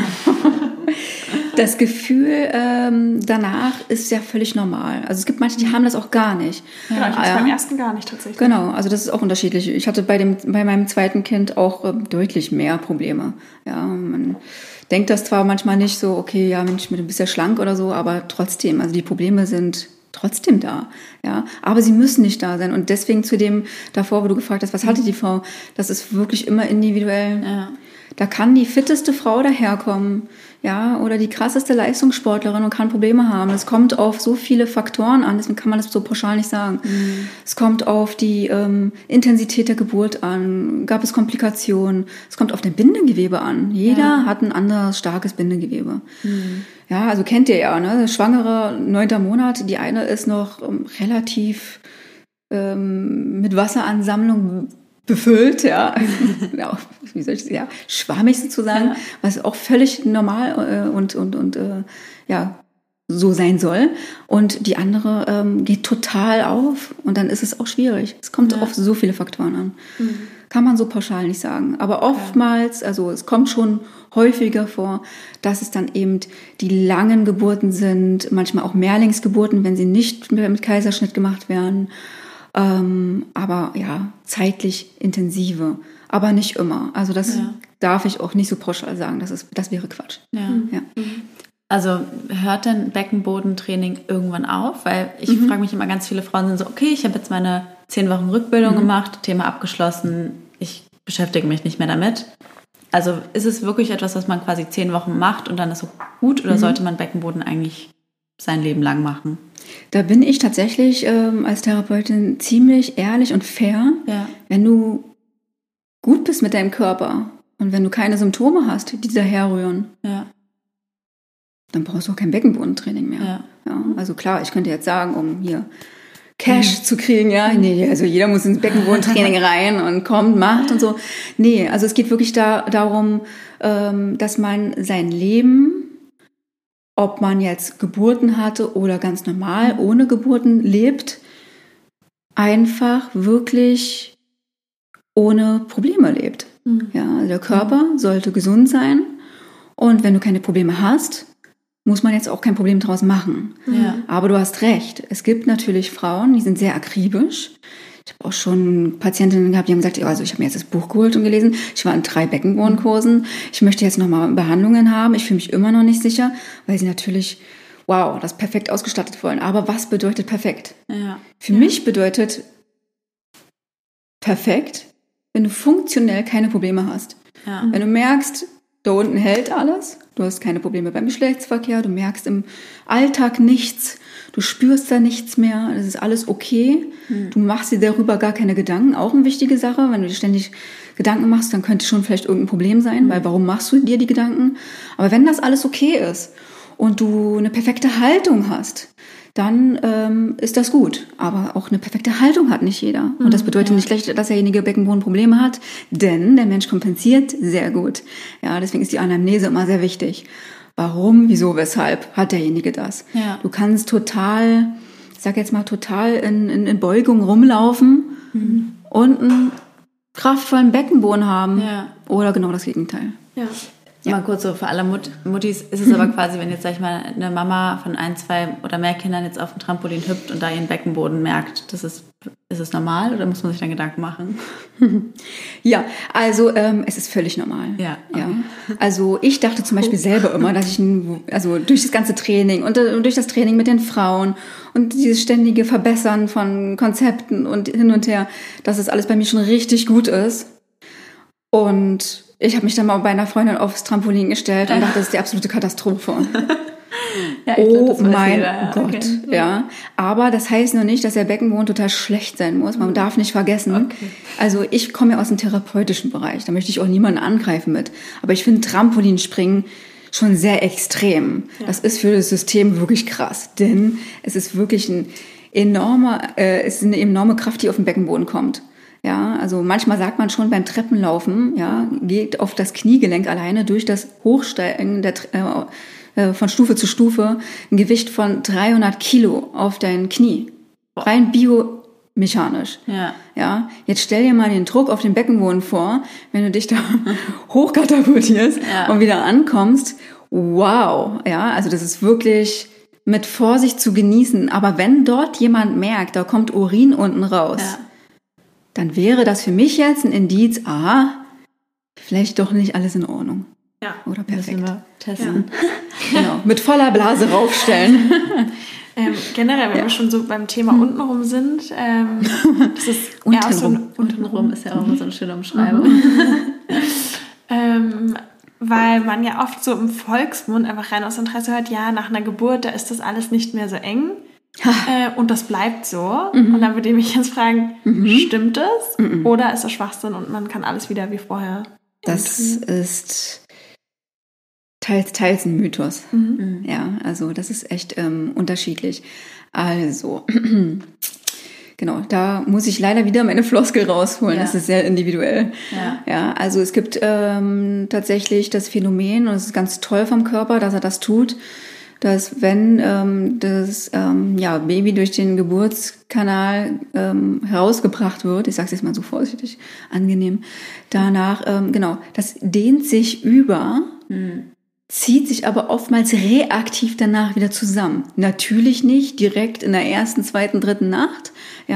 Das Gefühl danach ist ja völlig normal. Also es gibt manche, die haben das auch gar nicht. Genau, ich hatte es beim ersten gar nicht tatsächlich. Genau, also das ist auch unterschiedlich. Ich hatte bei meinem zweiten Kind auch deutlich mehr Probleme. Ja, man denkt das zwar manchmal nicht so, okay, ja Mensch, du bist ja schlank oder so, aber trotzdem, also die Probleme sind trotzdem da, ja, aber sie müssen nicht da sein und deswegen zu dem davor, wo du gefragt hast, was hatte die Frau, das ist wirklich immer individuell. Ja. Da kann die fitteste Frau daherkommen, ja, oder die krasseste Leistungssportlerin und kann Probleme haben. Es kommt auf so viele Faktoren an, deswegen kann man das so pauschal nicht sagen. Es kommt auf die Intensität der Geburt an, gab es Komplikationen, es kommt auf dein Bindegewebe an. Jeder hat ein anderes starkes Bindegewebe. Ja, also kennt ihr ja, ne? Schwangere, 9. Monat, die eine ist noch relativ mit Wasseransammlung befüllt, ja, wie soll ich sagen, schwammig sozusagen, was auch völlig normal und so sein soll und die andere geht total auf und dann ist es auch schwierig. Es kommt auf so viele Faktoren an. Kann man so pauschal nicht sagen. Aber oftmals, also es kommt schon häufiger vor, dass es dann eben die langen Geburten sind, manchmal auch Mehrlingsgeburten, wenn sie nicht mit Kaiserschnitt gemacht werden. Aber ja, zeitlich intensive. Aber nicht immer. Also das darf ich auch nicht so pauschal sagen. Das wäre Quatsch. Ja. Also hört denn Beckenbodentraining irgendwann auf? Weil ich frage mich immer, ganz viele Frauen sind so, okay, ich habe jetzt meine 10 Wochen Rückbildung gemacht, Thema abgeschlossen, ich beschäftige mich nicht mehr damit. Also ist es wirklich etwas, was man quasi 10 Wochen macht und dann ist so gut oder sollte man Beckenboden eigentlich sein Leben lang machen? Da bin ich tatsächlich als Therapeutin ziemlich ehrlich und fair. Ja. Wenn du gut bist mit deinem Körper und wenn du keine Symptome hast, die daherrühren, dann brauchst du auch kein Beckenbodentraining mehr. Ja, also klar, ich könnte jetzt sagen, um hier Cash zu kriegen, nee, also jeder muss ins Beckenbodentraining rein und kommt, macht und so. Nee, also es geht wirklich darum, dass man sein Leben, ob man jetzt Geburten hatte oder ganz normal ohne Geburten lebt, einfach wirklich ohne Probleme lebt. Ja, also der Körper sollte gesund sein und wenn du keine Probleme hast, muss man jetzt auch kein Problem draus machen. Ja. Aber du hast recht. Es gibt natürlich Frauen, die sind sehr akribisch. Ich habe auch schon Patientinnen gehabt, die haben gesagt, also ich habe mir jetzt das Buch geholt und gelesen. Ich war in 3 Beckenbodenkursen. Ich möchte jetzt nochmal Behandlungen haben. Ich fühle mich immer noch nicht sicher, weil sie natürlich, das perfekt ausgestattet wollen. Aber was bedeutet perfekt? Ja. Für mich bedeutet perfekt, wenn du funktionell keine Probleme hast. Ja. Wenn du merkst, da unten hält alles, du hast keine Probleme beim Geschlechtsverkehr, du merkst im Alltag nichts, du spürst da nichts mehr, das ist alles okay. Du machst dir darüber gar keine Gedanken, auch eine wichtige Sache. Wenn du dir ständig Gedanken machst, dann könnte schon vielleicht irgendein Problem sein, weil warum machst du dir die Gedanken? Aber wenn das alles okay ist und du eine perfekte Haltung hast, dann ist das gut. Aber auch eine perfekte Haltung hat nicht jeder. Und das bedeutet nicht gleich, dass derjenige Beckenbodenprobleme hat, denn der Mensch kompensiert sehr gut. Ja, deswegen ist die Anamnese immer sehr wichtig. Warum, wieso, weshalb hat derjenige das? Ja. Du kannst total in Beugung rumlaufen und einen kraftvollen Beckenboden haben. Ja. Oder genau das Gegenteil. Ja. Mal kurz so für alle Muttis ist es aber quasi, wenn jetzt, sag ich mal, eine Mama von 1, 2 oder mehr Kindern jetzt auf dem Trampolin hüpft und da ihren Beckenboden merkt, ist es normal oder muss man sich dann Gedanken machen? Ja, also es ist völlig normal. Ja. Also ich dachte zum Beispiel selber immer, dass ich durch das ganze Training und durch das Training mit den Frauen und dieses ständige Verbessern von Konzepten und hin und her, dass es alles bei mir schon richtig gut ist. Und ich habe mich dann mal bei einer Freundin aufs Trampolin gestellt und dachte, das ist die absolute Katastrophe. Ja, glaub, mein Gott, okay. Ja. Aber das heißt noch nicht, dass der Beckenboden total schlecht sein muss. Man darf nicht vergessen. Okay. Also ich komme ja aus dem therapeutischen Bereich. Da möchte ich auch niemanden angreifen mit. Aber ich finde Trampolinspringen schon sehr extrem. Ja. Das ist für das System wirklich krass. Denn es ist wirklich eine enorme Kraft, die auf den Beckenboden kommt. Ja, also manchmal sagt man schon beim Treppenlaufen, geht auf das Kniegelenk alleine durch das Hochsteigen von Stufe zu Stufe ein Gewicht von 300 Kilo auf dein Knie. Rein biomechanisch. Ja, jetzt stell dir mal den Druck auf den Beckenboden vor, wenn du dich da hochkatapultierst und wieder ankommst. Wow, ja, also das ist wirklich mit Vorsicht zu genießen. Aber wenn dort jemand merkt, da kommt Urin unten raus, dann wäre das für mich jetzt ein Indiz, vielleicht doch nicht alles in Ordnung. Ja. Oder perfekt. Wir testen. Ja. Genau, mit voller Blase raufstellen. Generell, wenn wir schon so beim Thema untenrum sind, das ist untenrum ist ja auch immer so eine schöne Umschreibung. Weil man ja oft so im Volksmund einfach rein aus Interesse hört, nach einer Geburt, da ist das alles nicht mehr so eng. Und das bleibt so. Und dann würde ich mich jetzt fragen, stimmt das? Oder ist das Schwachsinn und man kann alles wieder wie vorher? Das ist teils ein Mythos. Ja, also das ist echt unterschiedlich. Also, genau, da muss ich leider wieder meine Floskel rausholen. Ja. Das ist sehr individuell. Ja, also es gibt tatsächlich das Phänomen, und es ist ganz toll vom Körper, dass er das tut, dass wenn das Baby durch den Geburtskanal herausgebracht wird, ich sage es jetzt mal so vorsichtig, angenehm, danach, das dehnt sich über, zieht sich aber oftmals reaktiv danach wieder zusammen. Natürlich nicht direkt in der ersten, zweiten, dritten Nacht,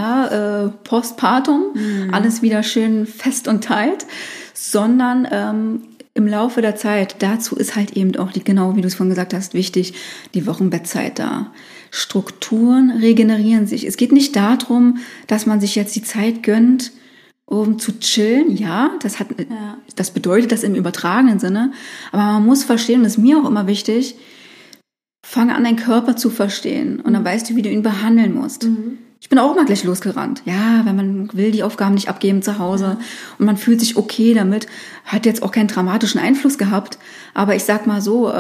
postpartum, alles wieder schön fest und tight, sondern im Laufe der Zeit. Dazu ist halt eben auch, genau wie du es vorhin gesagt hast, wichtig, die Wochenbettzeit da. Strukturen regenerieren sich. Es geht nicht darum, dass man sich jetzt die Zeit gönnt, um zu chillen. Ja, das bedeutet das im übertragenen Sinne. Aber man muss verstehen, und das ist mir auch immer wichtig, fange an, deinen Körper zu verstehen. Und dann weißt du, wie du ihn behandeln musst. Ich bin auch mal gleich losgerannt. Ja, wenn man will, die Aufgaben nicht abgeben zu Hause und man fühlt sich okay damit, hat jetzt auch keinen dramatischen Einfluss gehabt. Aber ich sag mal so,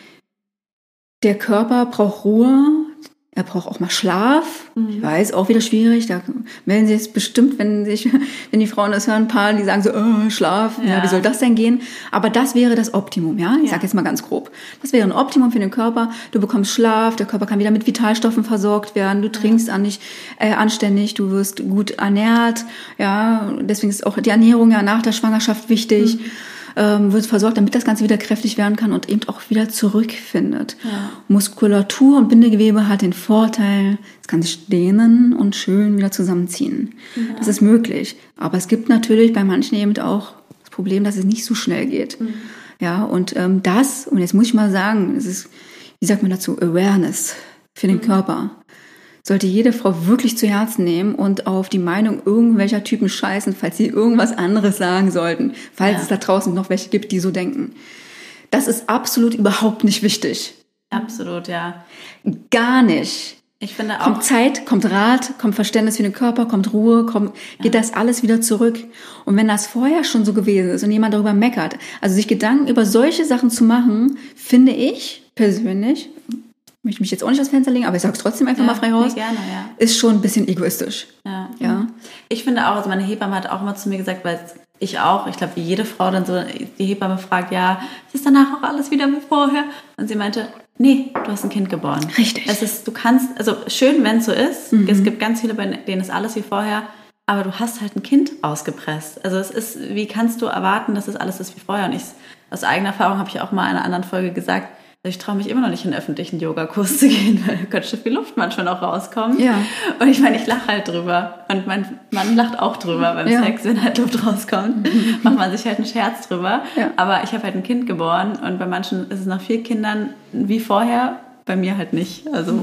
der Körper braucht Ruhe, er braucht auch mal Schlaf. Ich weiß, auch wieder schwierig. Da melden sich jetzt bestimmt, wenn die Frauen das hören, ein paar, die sagen so, Schlaf, wie soll das denn gehen? Aber das wäre das Optimum, ja? Ich sage jetzt mal ganz grob. Das wäre ein Optimum für den Körper. Du bekommst Schlaf, der Körper kann wieder mit Vitalstoffen versorgt werden, du trinkst anständig, du wirst gut ernährt, ja? Deswegen ist auch die Ernährung ja nach der Schwangerschaft wichtig. Wird versorgt, damit das Ganze wieder kräftig werden kann und eben auch wieder zurückfindet. Ja. Muskulatur und Bindegewebe hat den Vorteil, es kann sich dehnen und schön wieder zusammenziehen. Ja. Das ist möglich. Aber es gibt natürlich bei manchen eben auch das Problem, dass es nicht so schnell geht. Ja, und und jetzt muss ich mal sagen, es ist, wie sagt man dazu, Awareness für den Körper. Sollte jede Frau wirklich zu Herzen nehmen und auf die Meinung irgendwelcher Typen scheißen, falls sie irgendwas anderes sagen sollten, falls es da draußen noch welche gibt, die so denken. Das ist absolut überhaupt nicht wichtig. Absolut, ja. Gar nicht. Ich finde auch. Kommt Zeit, kommt Rat, kommt Verständnis für den Körper, kommt Ruhe, geht das alles wieder zurück. Und wenn das vorher schon so gewesen ist und jemand darüber meckert, also sich Gedanken über solche Sachen zu machen, finde ich persönlich, möchte mich jetzt auch nicht aus dem Fenster legen, aber ich sage es trotzdem einfach mal frei raus, gerne, ist schon ein bisschen egoistisch. Ja. Ich finde auch, also meine Hebamme hat auch mal zu mir gesagt, weil ich glaube, wie jede Frau dann so, die Hebamme fragt, ist danach auch alles wieder wie vorher? Und sie meinte, nee, du hast ein Kind geboren. Richtig. Du kannst, also schön, wenn es so ist, es gibt ganz viele, bei denen ist alles wie vorher, aber du hast halt ein Kind ausgepresst. Also wie kannst du erwarten, dass es alles ist wie vorher? Und aus eigener Erfahrung habe ich auch mal in einer anderen Folge gesagt, ich traue mich immer noch nicht, in einen öffentlichen Yogakurs zu gehen, weil da könnte schon viel Luft manchmal noch rauskommen. Ja. Und ich meine, ich lache halt drüber. Und mein Mann lacht auch drüber beim Sex, wenn halt Luft rauskommt. Macht man sich halt einen Scherz drüber. Ja. Aber ich habe halt ein Kind geboren und bei manchen ist es nach 4 Kindern wie vorher, bei mir halt nicht. Also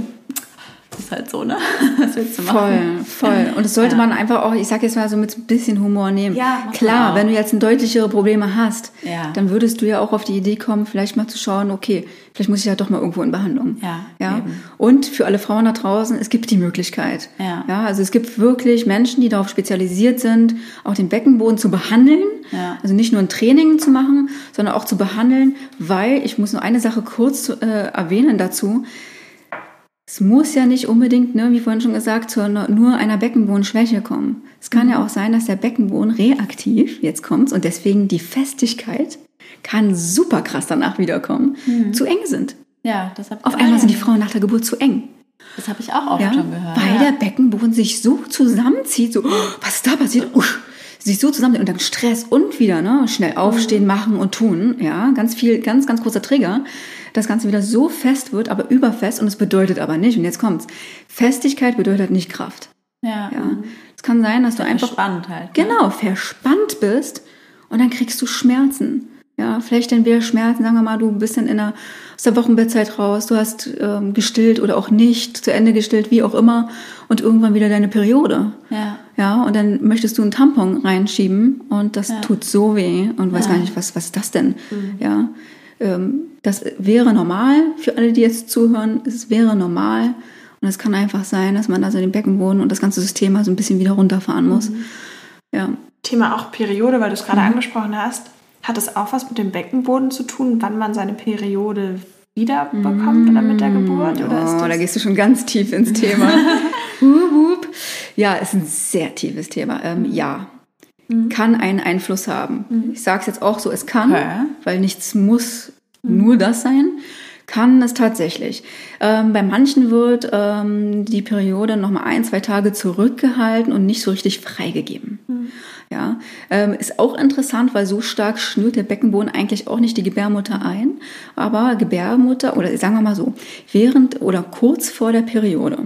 ist halt so, ne? Was willst du machen? Voll. Und das sollte man einfach auch, ich sag jetzt mal so mit ein bisschen Humor nehmen. Ja, klar, wenn du jetzt deutlichere Probleme hast, dann würdest du ja auch auf die Idee kommen, vielleicht mal zu schauen, okay, vielleicht muss ich ja doch mal irgendwo in Behandlung. Ja. Und für alle Frauen da draußen, es gibt die Möglichkeit. Ja, also es gibt wirklich Menschen, die darauf spezialisiert sind, auch den Beckenboden zu behandeln. Ja. Also nicht nur ein Training zu machen, sondern auch zu behandeln, weil, ich muss nur eine Sache kurz erwähnen dazu, es muss ja nicht unbedingt, wie vorhin schon gesagt, zu nur einer Beckenbodenschwäche kommen. Es kann ja auch sein, dass der Beckenboden reaktiv, jetzt kommt's, und deswegen die Festigkeit kann super krass danach wiederkommen, zu eng sind. Ja, das habe ich Auf einmal sind die Frauen nach der Geburt zu eng. Das habe ich auch oft schon gehört. Weil der Beckenboden sich so zusammenzieht, so, was ist da passiert? Sich so zusammen und dann Stress und wieder, schnell aufstehen, machen und tun, ganz viel, ganz, ganz großer Trigger. Das Ganze wieder so fest wird, aber überfest, und es bedeutet aber nicht, und jetzt kommt's, Festigkeit bedeutet nicht Kraft. Ja. Es kann sein, dass du einfach verspannt halt. Genau, verspannt bist und dann kriegst du Schmerzen. Ja, vielleicht dann wieder Schmerzen, sagen wir mal, du bist dann aus der Wochenbettzeit raus, du hast gestillt oder auch nicht, zu Ende gestillt, wie auch immer, und irgendwann wieder deine Periode. Ja, und dann möchtest du einen Tampon reinschieben und das tut so weh und weiß gar nicht, was ist das denn? Ja. Das wäre normal für alle, die jetzt zuhören. Es wäre normal. Und es kann einfach sein, dass man also den Beckenboden und das ganze System mal so ein bisschen wieder runterfahren muss. Ja. Thema auch Periode, weil du es gerade angesprochen hast. Hat es auch was mit dem Beckenboden zu tun, wann man seine Periode wieder bekommt oder mit der Geburt? Oder ist das da gehst du schon ganz tief ins Thema. Ja, ist ein sehr tiefes Thema. Ja. Kann einen Einfluss haben. Ich sage es jetzt auch so, es kann, weil nichts muss nur das sein. Kann es tatsächlich. Bei manchen wird die Periode nochmal 1-2 Tage zurückgehalten und nicht so richtig freigegeben. Ja, ist auch interessant, weil so stark schnürt der Beckenboden eigentlich auch nicht die Gebärmutter ein. Aber Gebärmutter, oder sagen wir mal so, während oder kurz vor der Periode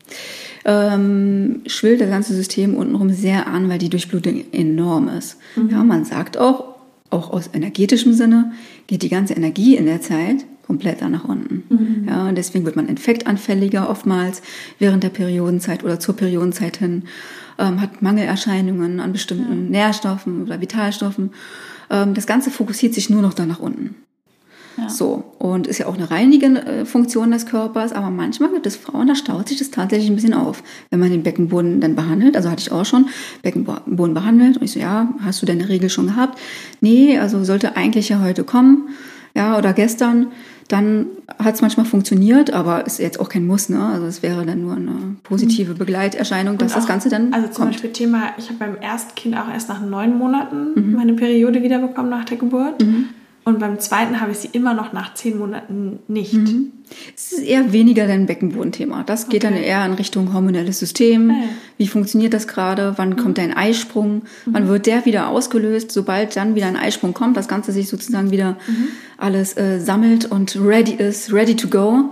schwillt das ganze System untenrum sehr an, weil die Durchblutung enorm ist. Ja, man sagt auch aus energetischem Sinne, geht die ganze Energie in der Zeit komplett da nach unten. Ja, und deswegen wird man infektanfälliger oftmals während der Periodenzeit oder zur Periodenzeit hin, hat Mangelerscheinungen an bestimmten Nährstoffen oder Vitalstoffen. Das Ganze fokussiert sich nur noch da nach unten. Ja. So, und ist ja auch eine reinigende Funktion des Körpers, aber manchmal gibt es Frauen, da staut sich das tatsächlich ein bisschen auf, wenn man den Beckenboden dann behandelt. Also hatte ich auch schon Beckenboden behandelt und ich so, ja, hast du deine Regel schon gehabt? Nee, also sollte eigentlich ja heute kommen, ja, oder gestern. Dann hat es manchmal funktioniert, aber ist jetzt auch kein Muss, ne? Also es wäre dann nur eine positive Begleiterscheinung, dass das Ganze dann also zum Beispiel Thema, ich habe beim ersten Kind auch erst nach 9 Monaten meine Periode wiederbekommen nach der Geburt. Und beim zweiten habe ich sie immer noch nach 10 Monaten nicht. Es ist eher weniger dein Beckenbodenthema. Das geht dann eher in Richtung hormonelles System. Wie funktioniert das gerade? Wann kommt dein Eisprung? Wann wird der wieder ausgelöst? Sobald dann wieder ein Eisprung kommt, das Ganze sich sozusagen wieder alles sammelt und ready to go,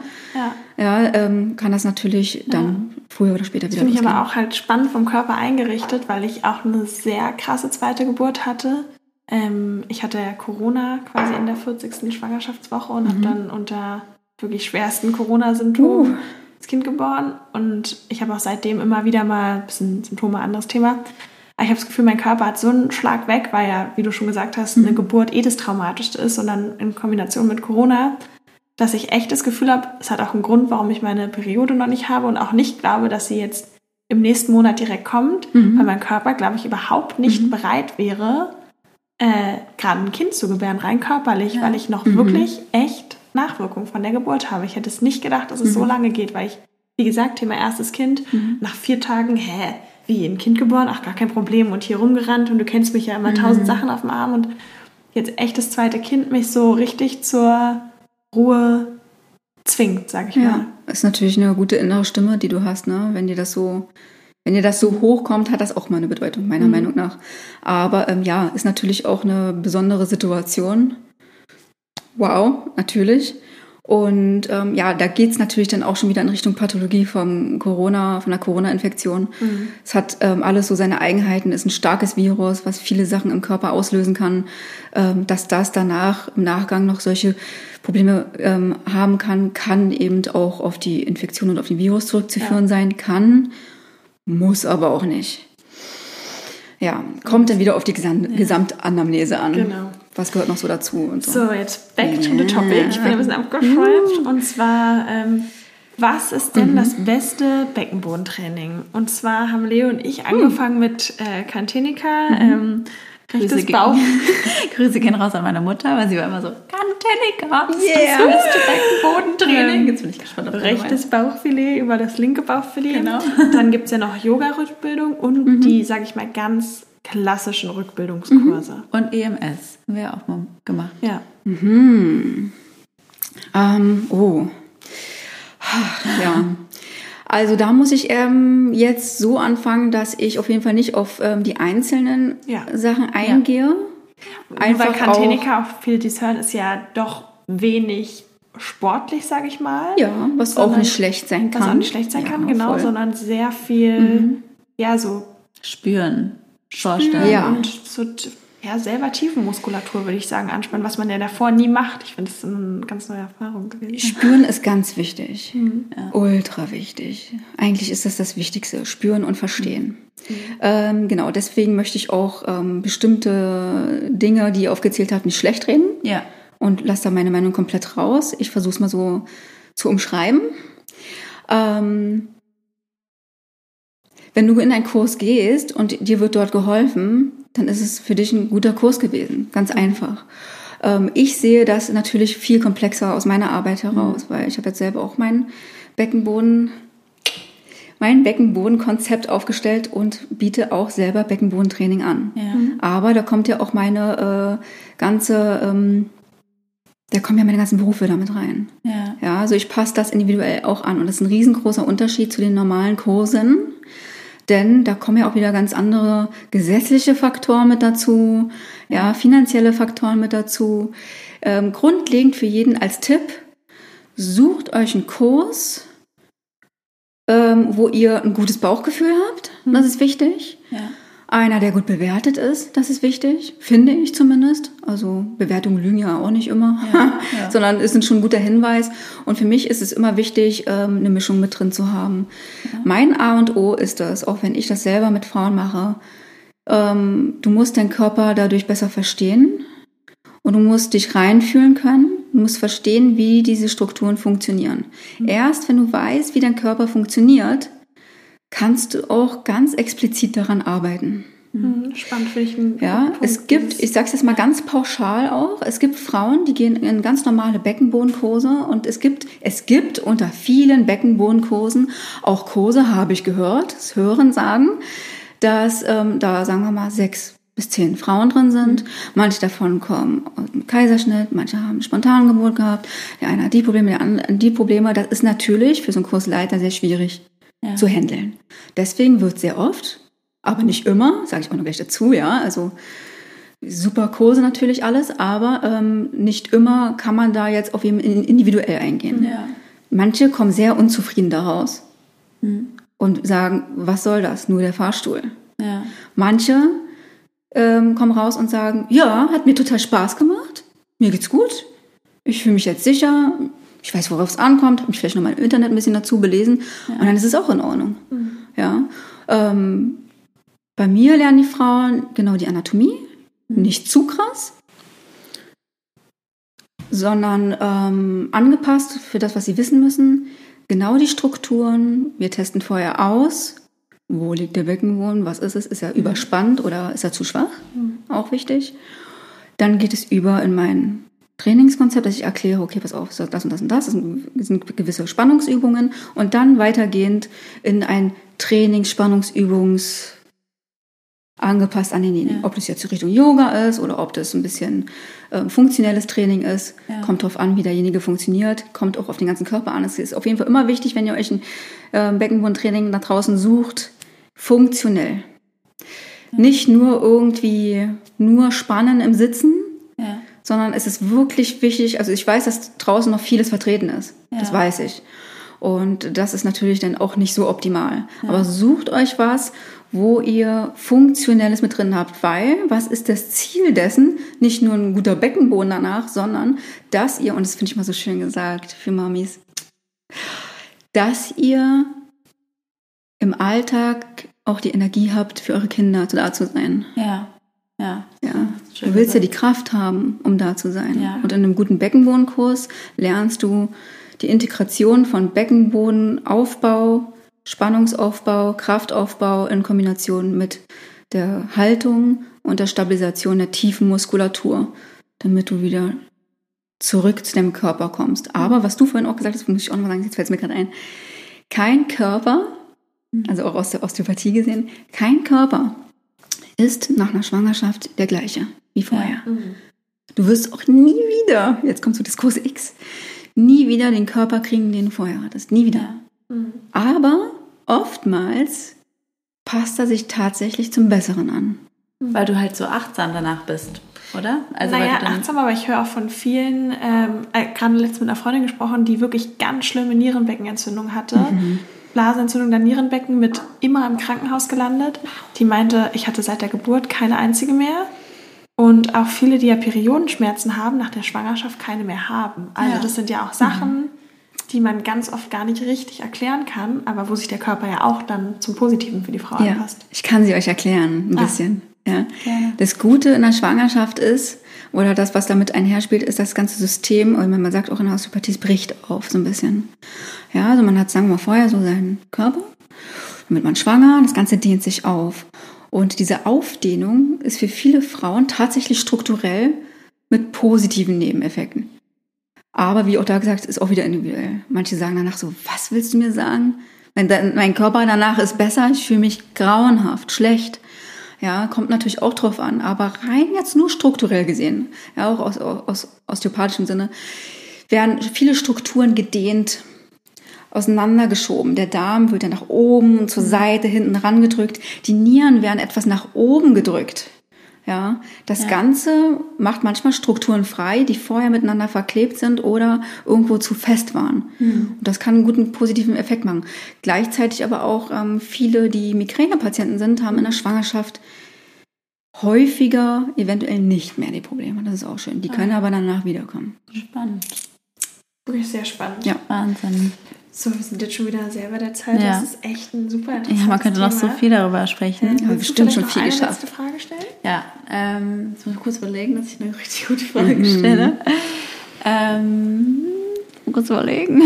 kann das natürlich dann früher oder später wieder losgehen. Finde ich aber auch halt spannend vom Körper eingerichtet, weil ich auch eine sehr krasse zweite Geburt hatte. Ich hatte ja Corona quasi in der 40. Schwangerschaftswoche und habe dann unter wirklich schwersten Corona-Symptomen das Kind geboren. Und ich habe auch seitdem immer wieder mal, ein bisschen Symptome, anderes Thema, aber ich habe das Gefühl, mein Körper hat so einen Schlag weg, weil ja, wie du schon gesagt hast, eine Geburt das Traumatischste ist und dann in Kombination mit Corona, dass ich echt das Gefühl habe, es hat auch einen Grund, warum ich meine Periode noch nicht habe und auch nicht glaube, dass sie jetzt im nächsten Monat direkt kommt, weil mein Körper, glaube ich, überhaupt nicht bereit wäre, gerade ein Kind zu gebären, rein körperlich, weil ich noch wirklich echt Nachwirkungen von der Geburt habe. Ich hätte es nicht gedacht, dass es so lange geht, weil ich, wie gesagt, Thema erstes Kind, nach 4 Tagen, wie ein Kind geboren? Ach, gar kein Problem und hier rumgerannt und du kennst mich ja immer 1000 Sachen auf dem Arm und jetzt echt das zweite Kind mich so richtig zur Ruhe zwingt, sag ich mal. Ist natürlich eine gute innere Stimme, die du hast, ne? Wenn dir das so hochkommt, hat das auch mal eine Bedeutung, meiner Meinung nach. Aber ist natürlich auch eine besondere Situation. Wow, natürlich. Und da geht's natürlich dann auch schon wieder in Richtung Pathologie von der Corona-Infektion. Es hat alles so seine Eigenheiten, ist ein starkes Virus, was viele Sachen im Körper auslösen kann. Dass das danach im Nachgang noch solche Probleme haben kann eben auch auf die Infektion und auf den Virus zurückzuführen sein kann. Muss aber auch nicht. Ja, kommt dann wieder auf die Gesamtanamnese an. Genau. Was gehört noch so dazu und so. So, jetzt back to the topic. Ich bin ein bisschen abgeschweift. Und zwar, was ist denn das beste Beckenbodentraining? Und zwar haben Leo und ich angefangen mit Kantenika, Grüße gehen raus an meine Mutter, weil sie war immer so, Kantenika, das beste Beckenbodentraining. Jetzt bin ich gespannt auf rechtes Bauchfilet über das linke Bauchfilet. Genau. Dann gibt es ja noch Yoga-Rückbildung und die, sage ich mal, ganz klassischen Rückbildungskurse. Und EMS haben wir auch mal gemacht. Ja. Ja. Also da muss ich jetzt so anfangen, dass ich auf jeden Fall nicht auf die einzelnen Sachen eingehe. Einfach weil Kantenika, auch viele, die es hören, ist ja doch wenig sportlich, sage ich mal. Ja, was auch nicht schlecht sein kann. Was auch nicht schlecht sein kann, genau, voll. Sondern sehr viel, so spüren, vorstellen. Ja. Und so selber Tiefenmuskulatur, würde ich sagen, anspannen, was man ja davor nie macht. Ich finde, das ist eine ganz neue Erfahrung gewesen. Spüren ist ganz wichtig. Ultra wichtig. Eigentlich ist das Wichtigste. Spüren und verstehen. Genau, deswegen möchte ich auch bestimmte Dinge, die ihr aufgezählt habt, nicht schlecht reden. Ja. Und lasse da meine Meinung komplett raus. Ich versuche es mal so zu umschreiben. Wenn du in einen Kurs gehst und dir wird dort geholfen, dann ist es für dich ein guter Kurs gewesen. Ganz einfach. Ich sehe das natürlich viel komplexer aus meiner Arbeit heraus, weil ich habe jetzt selber auch mein Beckenbodenkonzept aufgestellt und biete auch selber Beckenbodentraining an. Ja. Aber da kommt ja auch meine ganze da kommen ja meine ganzen Berufe damit rein. Ja. Ja, also ich passe das individuell auch an. Und das ist ein riesengroßer Unterschied zu den normalen Kursen. Denn da kommen ja auch wieder ganz andere gesetzliche Faktoren mit dazu, ja, finanzielle Faktoren mit dazu. Grundlegend für jeden als Tipp, sucht euch einen Kurs, wo ihr ein gutes Bauchgefühl habt. Das ist wichtig. Ja. Einer, der gut bewertet ist, das ist wichtig, finde ich zumindest. Also Bewertungen lügen ja auch nicht immer, sondern ist schon ein guter Hinweis. Und für mich ist es immer wichtig, eine Mischung mit drin zu haben. Ja. Mein A und O ist das, auch wenn ich das selber mit Frauen mache, du musst deinen Körper dadurch besser verstehen und du musst dich reinfühlen können. Du musst verstehen, wie diese Strukturen funktionieren. Erst wenn du weißt, wie dein Körper funktioniert, kannst du auch ganz explizit daran arbeiten. Spannend finde ich. Ja, es gibt, ich sage es jetzt mal ganz pauschal auch, es gibt Frauen, die gehen in ganz normale Beckenbodenkurse und es gibt unter vielen Beckenbodenkursen auch Kurse, habe ich gehört, das Hören sagen, dass da sagen wir mal 6 bis 10 Frauen drin sind. Manche davon kommen aus dem Kaiserschnitt, manche haben eine Spontangeburt gehabt, der eine hat die Probleme, der andere die Probleme. Das ist natürlich für so einen Kursleiter sehr schwierig zu handeln. Deswegen wird sehr oft, aber nicht immer, sage ich auch noch gleich dazu, ja, also super Kurse natürlich alles, aber nicht immer kann man da jetzt auf jeden individuell eingehen. Ja. Manche kommen sehr unzufrieden daraus und sagen, was soll das, nur der Fahrstuhl. Ja. Manche kommen raus und sagen, ja, hat mir total Spaß gemacht, mir geht's gut, ich fühle mich jetzt sicher, ich weiß, worauf es ankommt, habe mich vielleicht noch mal im Internet ein bisschen dazu belesen und dann ist es auch in Ordnung. Ja. Bei mir lernen die Frauen genau die Anatomie, nicht zu krass, sondern angepasst für das, was sie wissen müssen, genau die Strukturen. Wir testen vorher aus, wo liegt der Beckenboden, was ist es, ist er überspannt oder ist er zu schwach, auch wichtig. Dann geht es über in mein Trainingskonzept, dass ich erkläre, okay, pass auf, das und das und das sind gewisse Spannungsübungen und dann weitergehend in ein Trainingsspannungsübungs angepasst an denjenigen. Ja. Ob das jetzt Richtung Yoga ist oder ob das ein bisschen funktionelles Training ist, kommt drauf an, wie derjenige funktioniert, kommt auch auf den ganzen Körper an. Es ist auf jeden Fall immer wichtig, wenn ihr euch ein Beckenbodentraining da draußen sucht, funktionell. Nicht nur irgendwie nur spannen im Sitzen, sondern es ist wirklich wichtig, also ich weiß, dass draußen noch vieles vertreten ist. Das weiß ich. Und das ist natürlich dann auch nicht so optimal. Aber sucht euch was, wo ihr Funktionelles mit drin habt, weil, was ist das Ziel dessen? Nicht nur ein guter Beckenboden danach, sondern dass ihr, und das finde ich mal so schön gesagt für Mamis, dass ihr im Alltag auch die Energie habt, für eure Kinder da zu sein. Ja. Du willst ja die Kraft haben, um da zu sein. Ja. Und in einem guten Beckenbodenkurs lernst du die Integration von Beckenbodenaufbau, Spannungsaufbau, Kraftaufbau in Kombination mit der Haltung und der Stabilisation der tiefen Muskulatur, damit du wieder zurück zu deinem Körper kommst. Aber was du vorhin auch gesagt hast, muss ich auch noch mal sagen, jetzt fällt es mir gerade ein, kein Körper, also auch aus der Osteopathie gesehen, kein Körper ist nach einer Schwangerschaft der gleiche wie vorher. Du wirst auch nie wieder, jetzt kommt so Diskurs X, nie wieder den Körper kriegen, den du vorher hattest. Nie wieder. Aber oftmals passt er sich tatsächlich zum Besseren an. Weil du halt so achtsam danach bist, oder? Also naja, achtsam, aber ich höre auch von vielen, gerade letztens mit einer Freundin gesprochen, die wirklich ganz schlimme Nierenbeckenentzündung hatte. Blasenentzündung der Nierenbecken, mit immer im Krankenhaus gelandet. Die meinte, ich hatte seit der Geburt keine einzige mehr. Und auch viele, die ja Periodenschmerzen haben, nach der Schwangerschaft keine mehr haben. Also das sind ja auch Sachen, die man ganz oft gar nicht richtig erklären kann, aber wo sich der Körper ja auch dann zum Positiven für die Frau anpasst. Ich kann sie euch erklären, ein bisschen. Ja. Das Gute in der Schwangerschaft ist, oder das, was damit einherspielt, ist das ganze System, oder man sagt auch in der Osteopathie, es bricht auf so ein bisschen. Ja, also man hat, sagen wir mal, vorher so seinen Körper, dann wird man schwanger, das Ganze dehnt sich auf. Und diese Aufdehnung ist für viele Frauen tatsächlich strukturell mit positiven Nebeneffekten. Aber wie auch da gesagt, ist auch wieder individuell. Manche sagen danach so, was willst du mir sagen? Mein Körper danach ist besser, ich fühle mich grauenhaft, schlecht. Ja, kommt natürlich auch drauf an. Aber rein jetzt nur strukturell gesehen, ja, auch aus osteopathischem Sinne, werden viele Strukturen gedehnt, auseinandergeschoben. Der Darm wird ja nach oben und zur Seite, hinten rangedrückt. Die Nieren werden etwas nach oben gedrückt. Ja, das Ganze macht manchmal Strukturen frei, die vorher miteinander verklebt sind oder irgendwo zu fest waren. Und das kann einen guten positiven Effekt machen. Gleichzeitig aber auch viele, die Migränepatienten sind, haben in der Schwangerschaft häufiger eventuell nicht mehr die Probleme. Das ist auch schön. Die können aber danach wiederkommen. Spannend. Wirklich sehr spannend. Ja. Wahnsinn. So, wir sind jetzt schon wieder selber der Zeit. Ja. Das ist echt ein super interessantes Ja, man könnte noch so Thema. viel darüber sprechen. Ja, bestimmt schon viel eine geschafft. letzte Frage stellen? Ja, jetzt muss ich kurz überlegen, dass ich eine richtig gute Frage stelle. Kurz überlegen.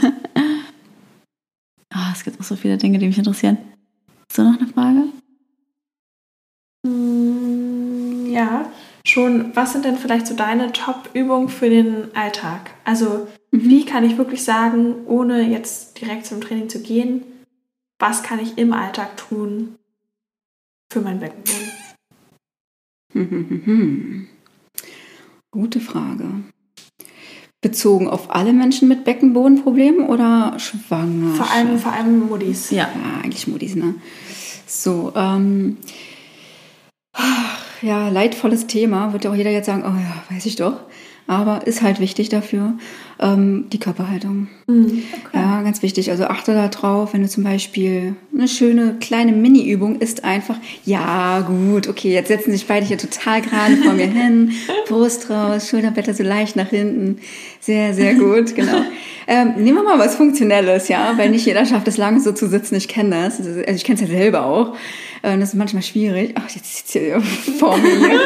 Es gibt noch so viele Dinge, die mich interessieren. Hast du noch eine Frage? Ja, schon. Was sind denn vielleicht so deine Top-Übungen für den Alltag? Also, wie kann ich wirklich sagen, ohne jetzt direkt zum Training zu gehen, was kann ich im Alltag tun für mein Beckenboden? Gute Frage. Bezogen auf alle Menschen mit Beckenbodenproblemen oder schwanger? Vor allem Muddis. Ja. Ja, eigentlich Muddis, ne? So, ja, leidvolles Thema, wird ja auch jeder jetzt sagen, oh ja, weiß ich doch. Aber ist halt wichtig dafür, die Körperhaltung. Okay. Ja, ganz wichtig. Also achte da drauf, wenn du zum Beispiel eine schöne kleine Mini-Übung ist einfach, ja gut, okay, jetzt setzen sich beide hier total gerade vor mir hin, Brust raus, Schulterblätter so leicht nach hinten. Sehr, sehr gut, genau. Nehmen wir mal was Funktionelles, ja, weil nicht jeder schafft es lange so zu sitzen. Ich kenne das. Also ich kenne es ja selber auch. Das ist manchmal schwierig. Ach, jetzt sitzt ihr vor mir.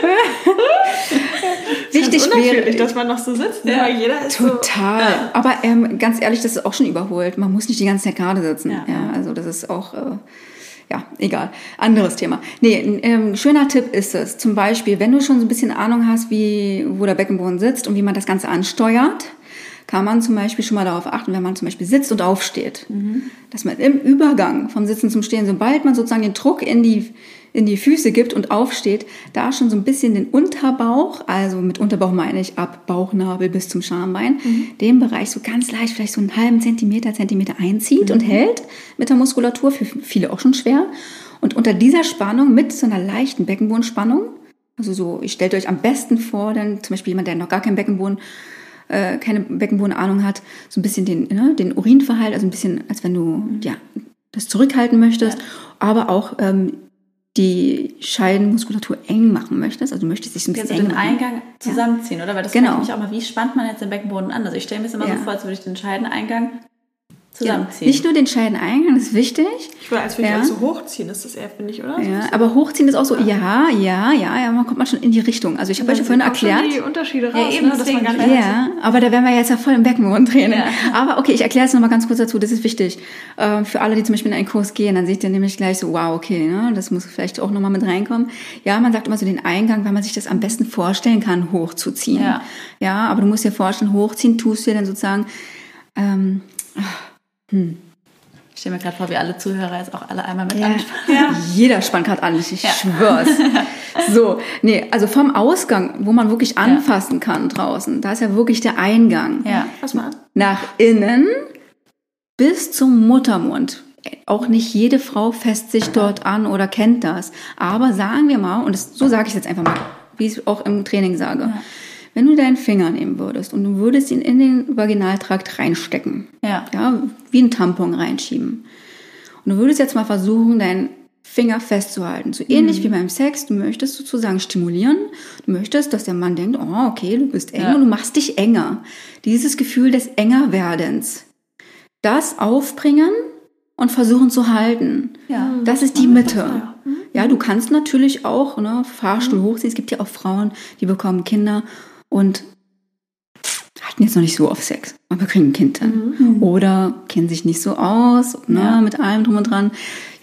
Wichtig wäre, dass man noch so sitzt, ne? Weil jeder ist total. So, Aber ganz ehrlich, das ist auch schon überholt. Man muss nicht die ganze Zeit gerade sitzen. Ja. Also das ist auch, egal. Anderes Thema. Nee, ein schöner Tipp ist es. Zum Beispiel, wenn du schon so ein bisschen Ahnung hast, wo der Beckenboden sitzt und wie man das Ganze ansteuert, kann man zum Beispiel schon mal darauf achten, wenn man zum Beispiel sitzt und aufsteht, dass man im Übergang vom Sitzen zum Stehen, sobald man sozusagen den Druck in die Füße gibt und aufsteht, da schon so ein bisschen den Unterbauch, also mit Unterbauch meine ich ab Bauchnabel bis zum Schambein, den Bereich so ganz leicht, vielleicht so einen halben Zentimeter einzieht und hält mit der Muskulatur, für viele auch schon schwer. Und unter dieser Spannung mit so einer leichten Beckenbodenspannung, also so, ich stellt euch am besten vor, dann zum Beispiel jemand, der noch gar keine Beckenbodenahnung hat, so ein bisschen den Urinverhalt, also ein bisschen, als wenn du das zurückhalten möchtest, aber auch die Scheidenmuskulatur eng machen möchtest, also du möchtest dich so ein bisschen Also eng den machen. Eingang zusammenziehen, oder? Weil das frage ich mich auch mal, wie spannt man jetzt den Beckenboden an? Also ich stelle mir das immer so vor, als würde ich den Scheideneingang zusammenziehen. Nicht nur den Scheideneingang, das ist wichtig. Ich würde als würde ich alles so hochziehen, ist das eher, finde ich, oder? Ja, aber hochziehen ist auch so, man kommt man schon in die Richtung. Also ich habe euch ja vorhin erklärt. Die Unterschiede raus, eben, dass man gar nicht Aber da wären wir jetzt ja voll im Beckenbodentraining. Ja. Aber okay, ich erkläre es nochmal ganz kurz dazu, das ist wichtig. Für alle, die zum Beispiel in einen Kurs gehen, dann seht ihr nämlich gleich so, wow, okay, ne, das muss vielleicht auch nochmal mit reinkommen. Ja, man sagt immer so den Eingang, weil man sich das am besten vorstellen kann, hochzuziehen. Ja, aber du musst dir vorstellen, hochziehen tust du dir dann sozusagen, Ich stelle mir gerade vor, wie alle Zuhörer jetzt auch alle einmal mit anspannen. Ja. Jeder spannt gerade an, ich schwör's. So, also vom Ausgang, wo man wirklich anfassen kann draußen, da ist ja wirklich der Eingang. Ja. Fass mal an. Nach innen bis zum Muttermund. Auch nicht jede Frau fässt sich dort an oder kennt das. Aber sagen wir mal, und so sage ich es jetzt einfach mal, wie ich es auch im Training sage, wenn du deinen Finger nehmen würdest und du würdest ihn in den Vaginaltrakt reinstecken, wie ein Tampon reinschieben, und du würdest jetzt mal versuchen, deinen Finger festzuhalten, so ähnlich wie beim Sex, du möchtest sozusagen stimulieren, du möchtest, dass der Mann denkt, oh, okay, du bist eng und du machst dich enger. Dieses Gefühl des Engerwerdens, das aufbringen und versuchen zu halten. Ja. Das ist die Mitte. Ja, du kannst natürlich auch Fahrstuhl hochziehen. Es gibt ja auch Frauen, die bekommen Kinder und hatten jetzt noch nicht so oft Sex, aber kriegen ein Kind dann. Oder kennen sich nicht so aus, mit allem drum und dran.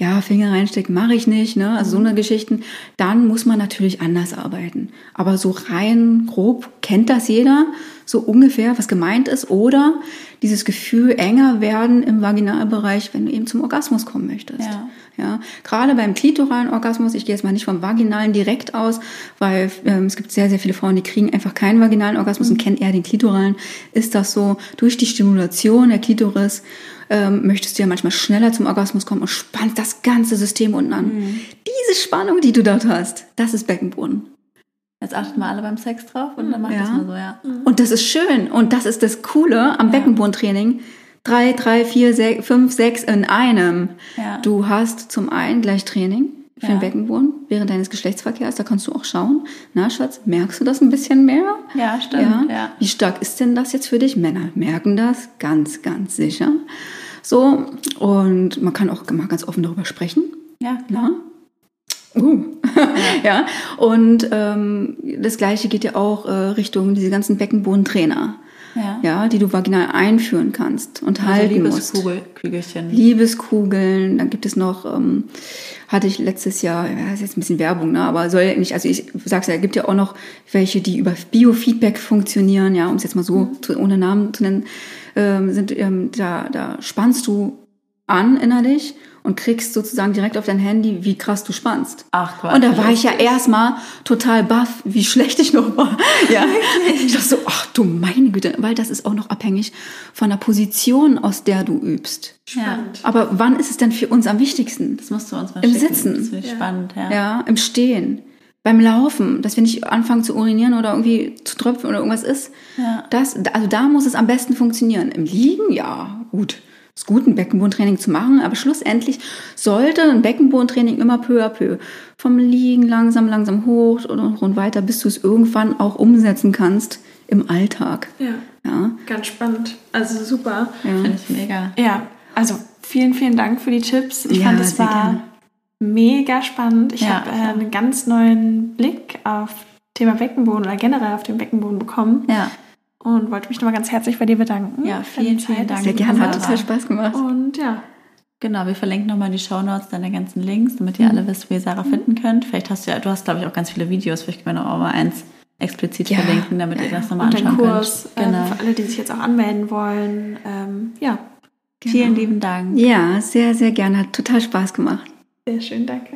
ja, Finger reinstecken mache ich nicht, ne? Also so eine Geschichten, dann muss man natürlich anders arbeiten. Aber so rein grob kennt das jeder, so ungefähr, was gemeint ist. Oder dieses Gefühl enger werden im Vaginalbereich, wenn du eben zum Orgasmus kommen möchtest. Ja, gerade beim klitoralen Orgasmus, ich gehe jetzt mal nicht vom vaginalen direkt aus, weil es gibt sehr, sehr viele Frauen, die kriegen einfach keinen vaginalen Orgasmus und kennen eher den klitoralen. Ist das so, durch die Stimulation der Klitoris möchtest du ja manchmal schneller zum Orgasmus kommen und spannst das ganze System unten an. Diese Spannung, die du dort hast, das ist Beckenboden. Jetzt achten wir alle beim Sex drauf und dann macht das mal so, ja. Und das ist schön und das ist das Coole am Beckenbodentraining. 3, 4, 5, 6 in einem. Ja. Du hast zum einen gleich Training für den Beckenboden während deines Geschlechtsverkehrs. Da kannst du auch schauen. Na, Schatz, merkst du das ein bisschen mehr? Ja, stimmt. Ja. Wie stark ist denn das jetzt für dich? Männer merken das ganz, ganz sicher. So, und man kann auch mal ganz offen darüber sprechen. Ja, klar. Ja, und das Gleiche geht ja auch Richtung diese ganzen Beckenbodentrainer. Ja, die du vaginal einführen kannst und also halten musst. Liebeskugeln, dann gibt es noch, hatte ich letztes Jahr, ist jetzt ein bisschen Werbung, ne, aber soll ja nicht, also ich sag's ja, gibt ja auch noch welche, die über Biofeedback funktionieren, ja, um es jetzt mal so ohne Namen zu nennen, da spannst du an innerlich und kriegst sozusagen direkt auf dein Handy, wie krass du spannst. Ach Gott. Und da war ich ja erstmal total baff, wie schlecht ich noch war. Ja. Ich dachte so, ach du meine Güte, weil das ist auch noch abhängig von der Position, aus der du übst. Spannend. Aber wann ist es denn für uns am wichtigsten? Das musst du uns mal Im schicken. Sitzen. Das finde ich spannend, ja. Ja, im Stehen. Beim Laufen, dass wir nicht anfangen zu urinieren oder irgendwie zu tröpfen oder irgendwas ist. Ja. Also da muss es am besten funktionieren. Im Liegen, ja, gut. Es ist gut, ein Beckenbodentraining zu machen, aber schlussendlich sollte ein Beckenbodentraining immer peu à peu vom Liegen langsam hoch und weiter, bis du es irgendwann auch umsetzen kannst im Alltag. Ja. Ganz spannend. Also super. Ja. Finde ich mega. Ja, also vielen, vielen Dank für die Tipps. Ich fand, es war mega spannend. Ich habe einen ganz neuen Blick auf Thema Beckenboden oder generell auf den Beckenboden bekommen. Ja. Und wollte mich nochmal ganz herzlich bei dir bedanken. Ja, vielen Dank. Sehr gerne, hat total Spaß gemacht. Und ja. Genau, wir verlinken nochmal die Shownotes, deine ganzen Links, damit ihr alle wisst, wie ihr Sarah finden könnt. Vielleicht hast du hast, glaube ich, auch ganz viele Videos. Vielleicht können wir noch auch mal eins explizit verlinken, damit ihr das nochmal anschauen Kurs, könnt. Genau. Für alle, die sich jetzt auch anmelden wollen. Genau. Vielen lieben Dank. Ja, sehr, sehr gerne. Hat total Spaß gemacht. Sehr schön, danke.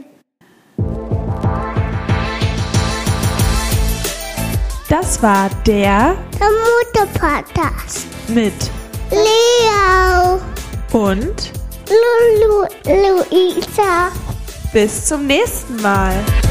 Das war der Mutter-Podcast mit Leo und Luisa. Bis zum nächsten Mal.